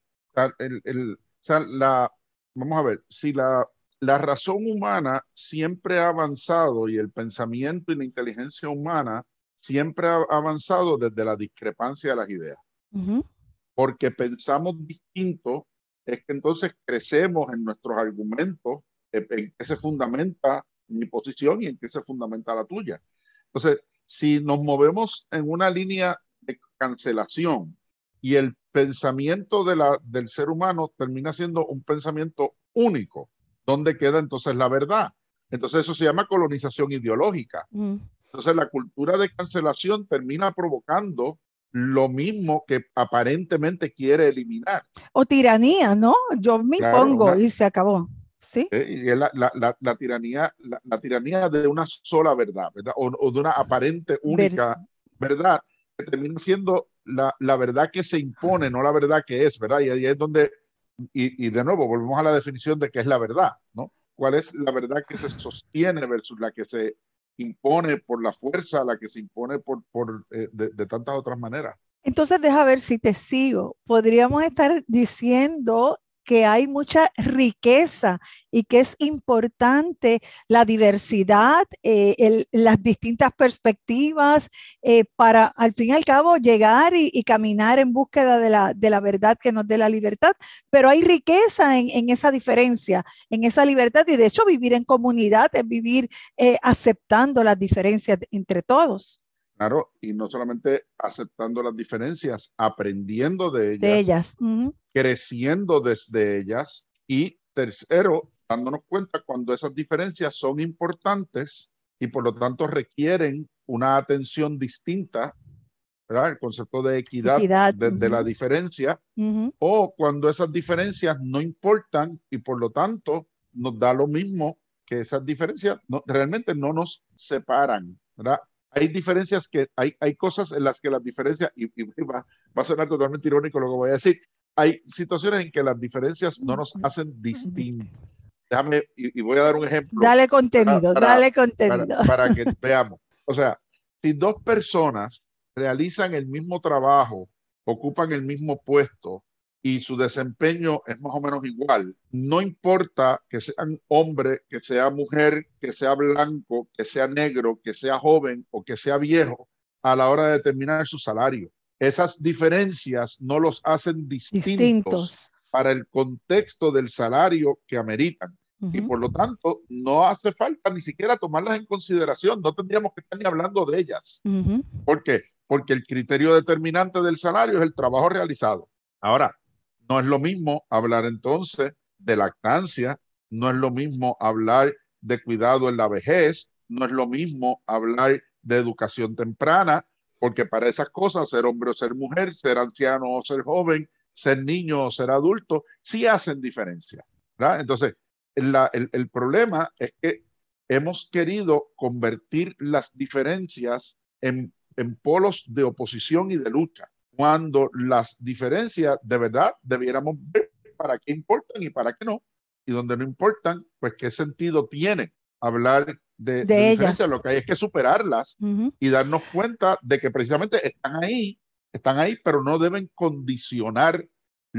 S6: Vamos a ver, si la razón humana siempre ha avanzado y el pensamiento y la inteligencia humana siempre ha avanzado desde la discrepancia de las ideas. Porque pensamos distinto, es que entonces crecemos en nuestros argumentos, en qué se fundamenta mi posición y en qué se fundamenta la tuya. Entonces, si nos movemos en una línea de cancelación y el pensamiento del ser humano termina siendo un pensamiento único, ¿dónde queda entonces la verdad? Entonces eso se llama colonización ideológica. Entonces la cultura de cancelación termina provocando lo mismo que aparentemente quiere eliminar.
S2: O tiranía, ¿no? Yo me impongo y se acabó. ¿Sí?
S6: Y es la tiranía de una sola verdad, ¿verdad? O de una aparente única verdad, que termina siendo la verdad que se impone, no la verdad que es, ¿verdad? Y ahí es donde, y de nuevo, volvemos a la definición de qué es la verdad, ¿no? ¿Cuál es la verdad que se sostiene versus la que se impone por la fuerza, la que se impone de tantas otras maneras?
S2: Entonces, deja ver si te sigo. Podríamos estar diciendo que hay mucha riqueza y que es importante la diversidad, las distintas perspectivas para al fin y al cabo llegar y caminar en búsqueda de la verdad que nos dé la libertad, pero hay riqueza en esa diferencia, en esa libertad y de hecho vivir en comunidad es vivir aceptando las diferencias entre todos.
S6: Claro, y no solamente aceptando las diferencias, aprendiendo de ellas. Creciendo desde ellas y tercero, dándonos cuenta cuando esas diferencias son importantes y por lo tanto requieren una atención distinta, ¿verdad? El concepto de equidad. De la diferencia, o cuando esas diferencias no importan y por lo tanto nos da lo mismo que esas diferencias realmente no nos separan, ¿verdad? Hay diferencias hay cosas en las que las diferencias, y va a sonar totalmente irónico lo que voy a decir, hay situaciones en que las diferencias no nos hacen distintos. Déjame, y voy a dar un ejemplo.
S2: Dale contenido, dale contenido.
S6: Para que veamos. O sea, si dos personas realizan el mismo trabajo, ocupan el mismo puesto y su desempeño es más o menos igual, no importa que sean hombre, que sea mujer, que sea blanco, que sea negro, que sea joven o que sea viejo, a la hora de determinar su salario. Esas diferencias no los hacen distintos para el contexto del salario que ameritan. Y por lo tanto, no hace falta ni siquiera tomarlas en consideración. No tendríamos que estar ni hablando de ellas. ¿Por qué? Porque el criterio determinante del salario es el trabajo realizado. Ahora, no es lo mismo hablar entonces de lactancia, no es lo mismo hablar de cuidado en la vejez, no es lo mismo hablar de educación temprana, porque para esas cosas, ser hombre o ser mujer, ser anciano o ser joven, ser niño o ser adulto, sí hacen diferencia, ¿verdad? Entonces, el problema es que hemos querido convertir las diferencias en polos de oposición y de lucha, cuando las diferencias de verdad debiéramos ver para qué importan y para qué no, y donde no importan, pues qué sentido tiene hablar de diferencias. Lo que hay es que superarlas y darnos cuenta de que precisamente están ahí, pero no deben condicionar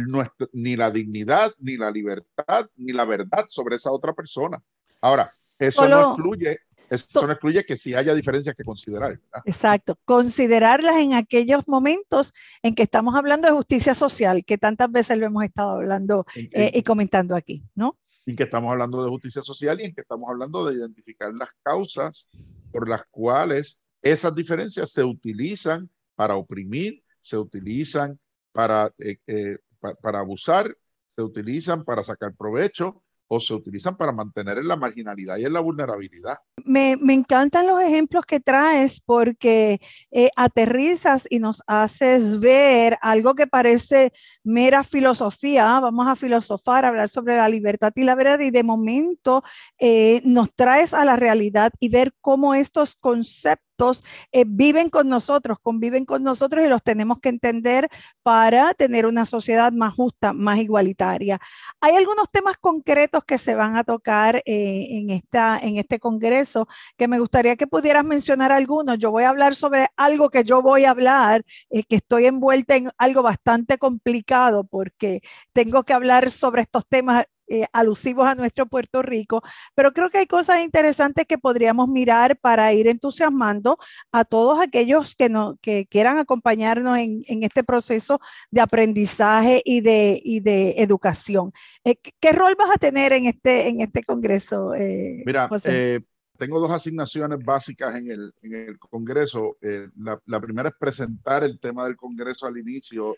S6: ni la dignidad, ni la libertad, ni la verdad sobre esa otra persona. Ahora, eso no excluye Eso no excluye que sí haya diferencias que considerar, ¿verdad?
S2: Exacto, considerarlas en aquellos momentos en que estamos hablando de justicia social, que tantas veces lo hemos estado hablando y comentando aquí, ¿no?
S6: En que estamos hablando de justicia social y en que estamos hablando de identificar las causas por las cuales esas diferencias se utilizan para oprimir, se utilizan para abusar, se utilizan para sacar provecho o se utilizan para mantener en la marginalidad y en la vulnerabilidad.
S2: Me encantan los ejemplos que traes porque aterrizas y nos haces ver algo que parece mera filosofía. Vamos a filosofar, a hablar sobre la libertad y la verdad, y de momento nos traes a la realidad y ver cómo estos conceptos viven con nosotros, conviven con nosotros y los tenemos que entender para tener una sociedad más justa, más igualitaria. Hay algunos temas concretos que se van a tocar en este congreso que me gustaría que pudieras mencionar algunos. Yo voy a hablar sobre algo que yo voy a hablar, que estoy envuelta en algo bastante complicado porque tengo que hablar sobre estos temas alusivos a nuestro Puerto Rico, pero creo que hay cosas interesantes que podríamos mirar para ir entusiasmando a todos aquellos que quieran acompañarnos en este proceso de aprendizaje y de educación. ¿Qué rol vas a tener en este congreso,
S6: Mira,
S2: José?
S6: tengo dos asignaciones básicas en el Congreso. La primera es presentar el tema del Congreso al inicio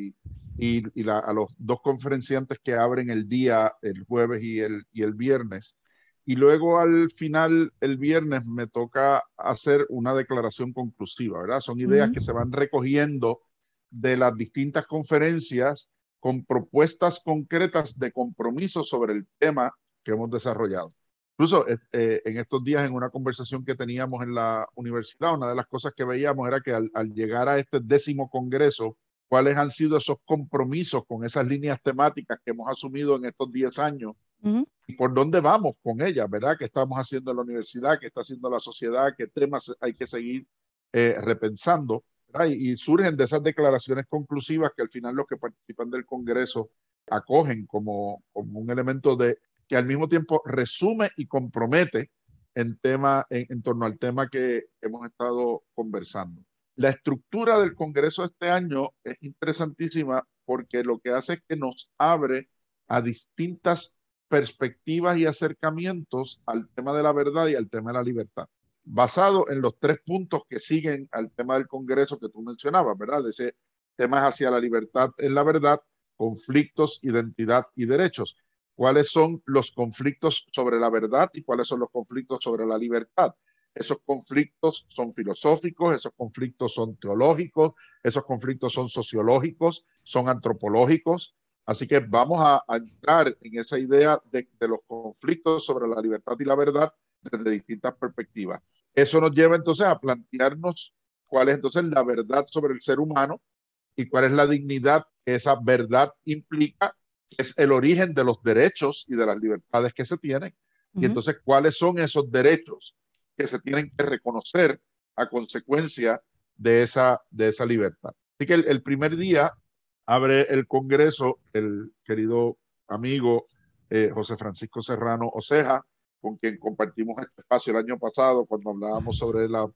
S6: a los dos conferenciantes que abren el día, el jueves y el viernes. Y luego al final, el viernes, me toca hacer una declaración conclusiva, ¿verdad? Son ideas que se van recogiendo de las distintas conferencias con propuestas concretas de compromiso sobre el tema que hemos desarrollado. Incluso en estos días, en una conversación que teníamos en la universidad, una de las cosas que veíamos era que al llegar a este 10º congreso, cuáles han sido esos compromisos con esas líneas temáticas que hemos asumido en estos 10 años y por dónde vamos con ellas, ¿verdad? ¿Qué estamos haciendo en la universidad? ¿Qué está haciendo la sociedad? ¿Qué temas hay que seguir repensando? Y surgen de esas declaraciones conclusivas que al final los que participan del Congreso acogen como un elemento que al mismo tiempo resume y compromete en torno al tema que hemos estado conversando. La estructura del Congreso de este año es interesantísima porque lo que hace es que nos abre a distintas perspectivas y acercamientos al tema de la verdad y al tema de la libertad, basado en los 3 puntos que siguen al tema del Congreso que tú mencionabas, ¿verdad? De ese tema hacia la libertad en la verdad, conflictos, identidad y derechos. ¿Cuáles son los conflictos sobre la verdad y cuáles son los conflictos sobre la libertad? Esos conflictos son filosóficos, esos conflictos son teológicos, esos conflictos son sociológicos, son antropológicos. Así que vamos a entrar en esa idea de los conflictos sobre la libertad y la verdad desde distintas perspectivas. Eso nos lleva entonces a plantearnos cuál es entonces la verdad sobre el ser humano y cuál es la dignidad que esa verdad implica, que es el origen de los derechos y de las libertades que se tienen. Y entonces, ¿cuáles son esos derechos que se tienen que reconocer a consecuencia de esa libertad? Así que el primer día abre el Congreso el querido amigo José Francisco Serrano Oceja, con quien compartimos este espacio el año pasado cuando hablábamos sobre la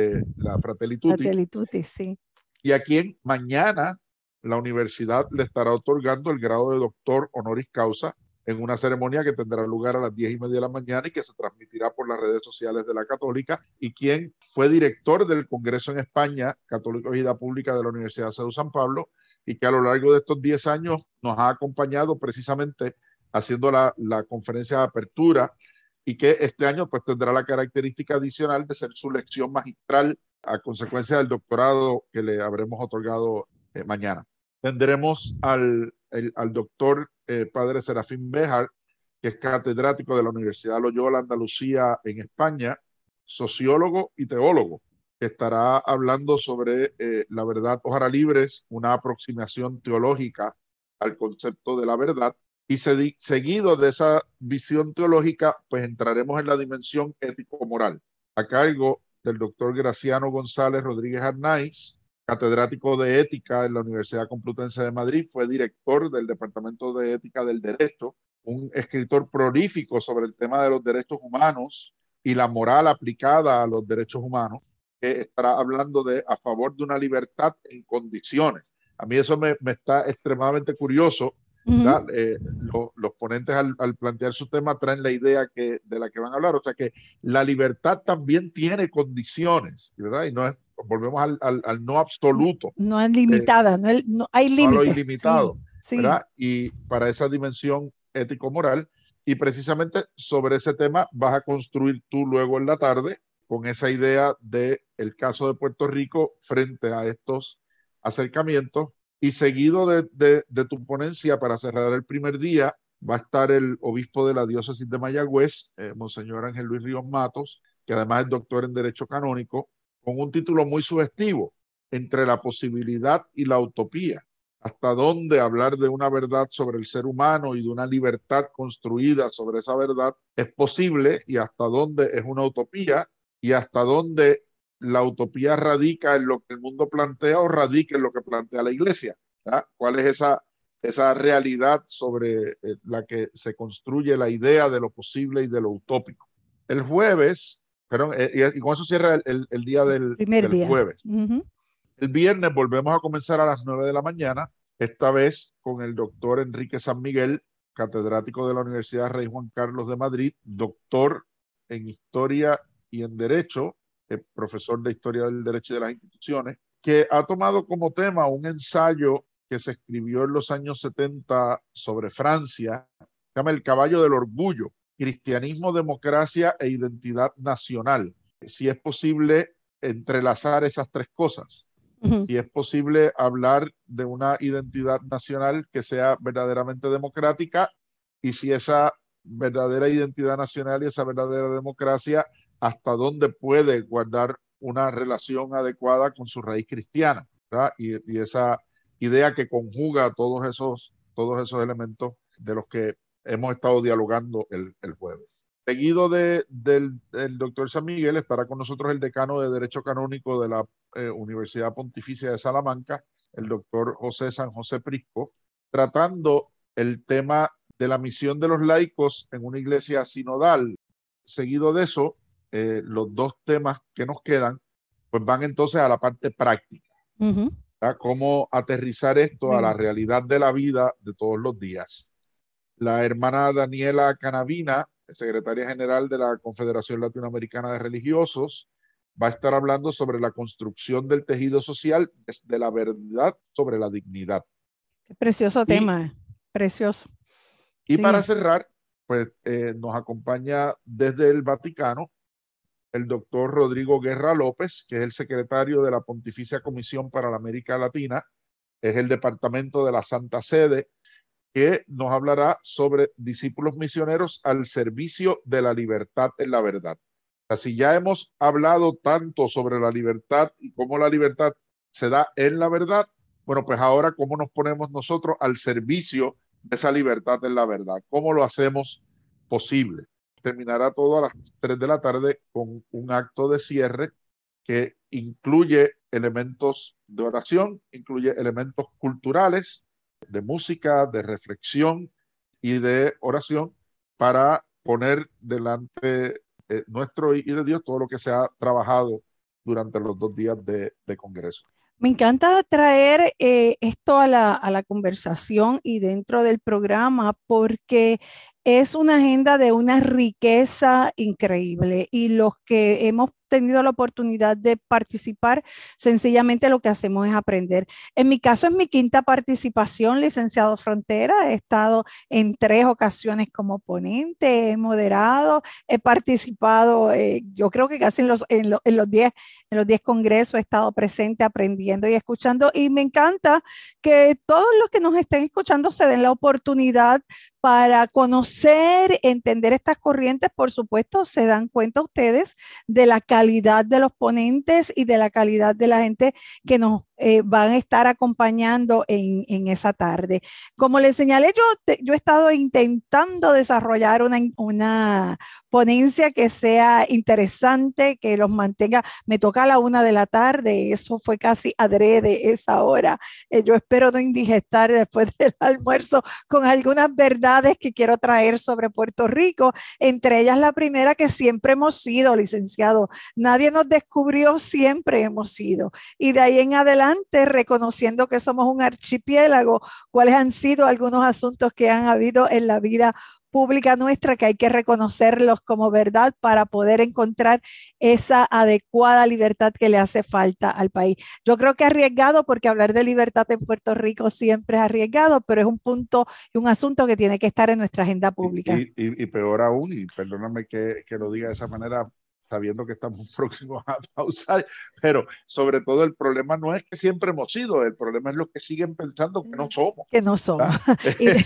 S6: Fratelli Tutti.
S2: Fratelli Tutti, sí.
S6: Y a quien mañana la universidad le estará otorgando el grado de doctor honoris causa en una ceremonia que tendrá lugar a las 10:30 de la mañana y que se transmitirá por las redes sociales de la Católica, y quien fue director del Congreso en España, Católica y Vida Pública de la Universidad CEU San Pablo, y que a lo largo de estos 10 años nos ha acompañado precisamente haciendo la conferencia de apertura, y que este año pues tendrá la característica adicional de ser su lección magistral a consecuencia del doctorado que le habremos otorgado mañana. Tendremos al doctor padre Serafín Béjar, que es catedrático de la Universidad Loyola Andalucía en España, sociólogo y teólogo, que estará hablando sobre la verdad Ojara Libres, una aproximación teológica al concepto de la verdad. Y seguido de esa visión teológica, pues entraremos en la dimensión ético-moral, a cargo del doctor Graciano González Rodríguez Arnaiz, catedrático de Ética en la Universidad Complutense de Madrid, fue director del Departamento de Ética del Derecho, un escritor prolífico sobre el tema de los derechos humanos y la moral aplicada a los derechos humanos, que estará hablando de a favor de una libertad en condiciones. A mí eso me está extremadamente curioso. Los ponentes al plantear su tema traen la idea de la que van a hablar, o sea que la libertad también tiene condiciones, ¿verdad? Y no es, volvemos al no absoluto.
S2: No es limitada, no hay límites.
S6: No a lo ilimitado,
S2: sí.
S6: ¿verdad? Y para esa dimensión ético-moral, y precisamente sobre ese tema vas a construir tú luego en la tarde con esa idea del caso de Puerto Rico frente a estos acercamientos. Y seguido de tu ponencia, para cerrar el primer día, va a estar el obispo de la diócesis de Mayagüez, Monseñor Ángel Luis Ríos Matos, que además es doctor en Derecho Canónico, con un título muy sugestivo, Entre la posibilidad y la utopía. Hasta dónde hablar de una verdad sobre el ser humano y de una libertad construida sobre esa verdad es posible, y hasta dónde es una utopía, y hasta dónde la utopía radica en lo que el mundo plantea o radica en lo que plantea la iglesia, ¿verdad? ¿Cuál es esa realidad sobre la que se construye la idea de lo posible y de lo utópico? El jueves, perdón, y con eso cierra el día del jueves. El viernes volvemos a comenzar a las 9 de la mañana, esta vez con el doctor Enrique San Miguel, catedrático de la Universidad Rey Juan Carlos de Madrid, doctor en Historia y en Derecho, profesor de Historia del Derecho y de las Instituciones, que ha tomado como tema un ensayo que se escribió en los años 70 sobre Francia, se llama El caballo del orgullo, cristianismo, democracia e identidad nacional. Si es posible entrelazar esas tres cosas, si es posible hablar de una identidad nacional que sea verdaderamente democrática, y si esa verdadera identidad nacional y esa verdadera democracia hasta dónde puede guardar una relación adecuada con su raíz cristiana, ¿verdad? Y esa idea que conjuga todos esos elementos de los que hemos estado dialogando el jueves. Seguido del doctor San Miguel estará con nosotros el decano de Derecho Canónico de la Universidad Pontificia de Salamanca, el doctor José San José Prisco, tratando el tema de la misión de los laicos en una iglesia sinodal. Seguido de eso, los dos temas que nos quedan, pues van entonces a la parte práctica. Cómo aterrizar esto a la realidad de la vida de todos los días. La hermana Daniela Canavina, secretaria general de la Confederación Latinoamericana de Religiosos, va a estar hablando sobre la construcción del tejido social desde la verdad sobre la dignidad.
S2: Qué precioso tema, precioso.
S6: Y para cerrar, pues nos acompaña desde el Vaticano el doctor Rodrigo Guerra López, que es el secretario de la Pontificia Comisión para la América Latina, es el departamento de la Santa Sede, que nos hablará sobre discípulos misioneros al servicio de la libertad en la verdad. Así ya hemos hablado tanto sobre la libertad y cómo la libertad se da en la verdad, bueno, pues ahora cómo nos ponemos nosotros al servicio de esa libertad en la verdad, cómo lo hacemos posible. Terminará todo a las 3 de la tarde con un acto de cierre que incluye elementos de oración, incluye elementos culturales, de música, de reflexión y de oración, para poner delante nuestro y de Dios todo lo que se ha trabajado durante los 2 días de congreso.
S2: Me encanta traer esto a la conversación y dentro del programa, porque es una agenda de una riqueza increíble, y los que hemos tenido la oportunidad de participar, sencillamente lo que hacemos es aprender. En mi caso es mi quinta participación, licenciado Frontera. He estado en 3 ocasiones como ponente, he moderado, he participado, yo creo que casi en los 10 congresos he estado presente, aprendiendo y escuchando, y me encanta que todos los que nos estén escuchando se den la oportunidad para conocer, entender estas corrientes. Por supuesto, se dan cuenta ustedes de la calidad de los ponentes y de la calidad de la gente que nos van a estar acompañando en esa tarde. Como les señalé, yo he estado intentando desarrollar una ponencia que sea interesante, que los mantenga. Me toca a la 1 de la tarde, eso fue casi adrede esa hora. Yo espero no indigestar después del almuerzo con algunas verdades que quiero traer sobre Puerto Rico, entre ellas la primera, que siempre hemos sido, licenciado. Nadie nos descubrió, siempre hemos sido. Y de ahí en adelante, reconociendo que somos un archipiélago, cuáles han sido algunos asuntos que han habido en la vida pública nuestra que hay que reconocerlos como verdad para poder encontrar esa adecuada libertad que le hace falta al país. Yo creo que arriesgado, porque hablar de libertad en Puerto Rico siempre es arriesgado, pero es un punto y un asunto que tiene que estar en nuestra agenda pública.
S6: Y peor aún, y perdóname que lo diga de esa manera, sabiendo que estamos próximos a pausar, pero sobre todo el problema no es que siempre hemos sido, el problema es lo que siguen pensando que no somos.
S2: Que no somos.
S6: Y de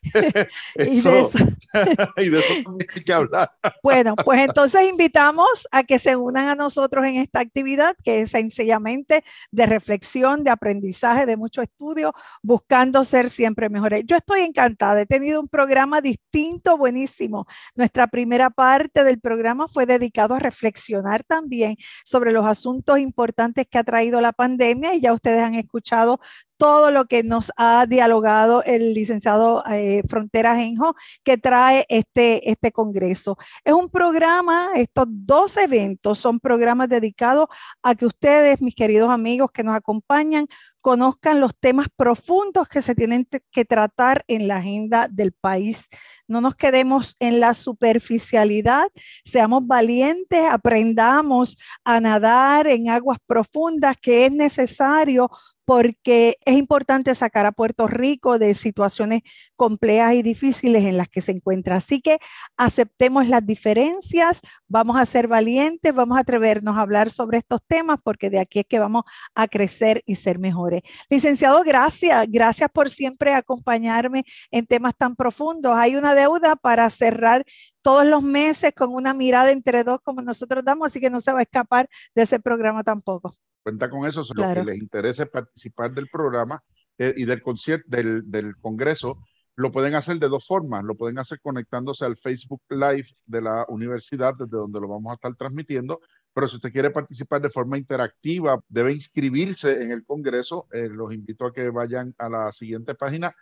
S6: eso también hay que hablar.
S2: Bueno, pues entonces invitamos a que se unan a nosotros en esta actividad, que es sencillamente de reflexión, de aprendizaje, de mucho estudio, buscando ser siempre mejores. Yo estoy encantada, he tenido un programa distinto, buenísimo. Nuestra primera parte del programa fue dedicado a reflexionar también sobre los asuntos importantes que ha traído la pandemia, y ya ustedes han escuchado todo lo que nos ha dialogado el licenciado Frontera Ajenjo, que trae este congreso. Es un programa, estos 2 eventos son programas dedicados a que ustedes, mis queridos amigos que nos acompañan, conozcan los temas profundos que se tienen que tratar en la agenda del país. No nos quedemos en la superficialidad, seamos valientes, aprendamos a nadar en aguas profundas, que es necesario, porque es importante sacar a Puerto Rico de situaciones complejas y difíciles en las que se encuentra. Así que aceptemos las diferencias, vamos a ser valientes, vamos a atrevernos a hablar sobre estos temas, porque de aquí es que vamos a crecer y ser mejores. Licenciado, gracias por siempre acompañarme en temas tan profundos. Hay una deuda para cerrar todos los meses con una mirada entre dos como nosotros damos, así que no se va a escapar de ese programa tampoco.
S6: Cuenta con eso, si
S2: claro.
S6: Lo que les interese participar del programa y del concierto, del congreso, lo pueden hacer de 2 formas. Lo pueden hacer conectándose al Facebook Live de la universidad, desde donde lo vamos a estar transmitiendo. Pero si usted quiere participar de forma interactiva, debe inscribirse en el congreso. Los invito a que vayan a la siguiente página,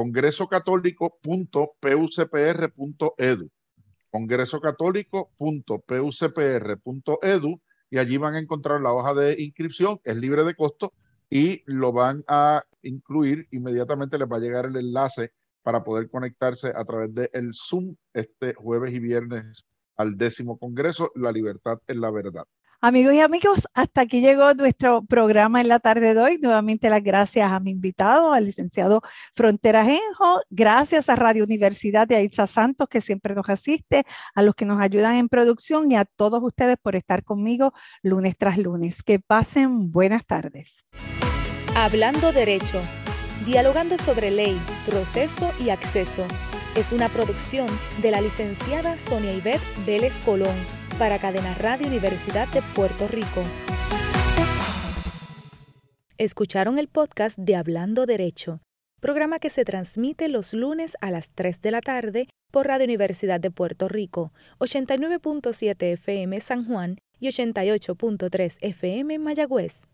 S6: congresocatólico.pucpr.edu. congresocatólico.pucpr.edu, y allí van a encontrar la hoja de inscripción, es libre de costo, y lo van a incluir, inmediatamente les va a llegar el enlace para poder conectarse a través del Zoom este jueves y viernes al 10º Congreso La Libertad es la Verdad.
S2: Amigos y amigos, hasta aquí llegó nuestro programa en la tarde de hoy. Nuevamente las gracias a mi invitado, al licenciado Frontera Ajenjo. Gracias a Radio Universidad de Aitza Santos, que siempre nos asiste, a los que nos ayudan en producción, y a todos ustedes por estar conmigo lunes tras lunes. Que pasen buenas tardes.
S1: Hablando Derecho, dialogando sobre ley, proceso y acceso. Es una producción de la licenciada Sonia Ivette Vélez Colón para Cadena Radio Universidad de Puerto Rico. Escucharon el podcast de Hablando Derecho, programa que se transmite los lunes a las 3 de la tarde por Radio Universidad de Puerto Rico, 89.7 FM San Juan y 88.3 FM Mayagüez.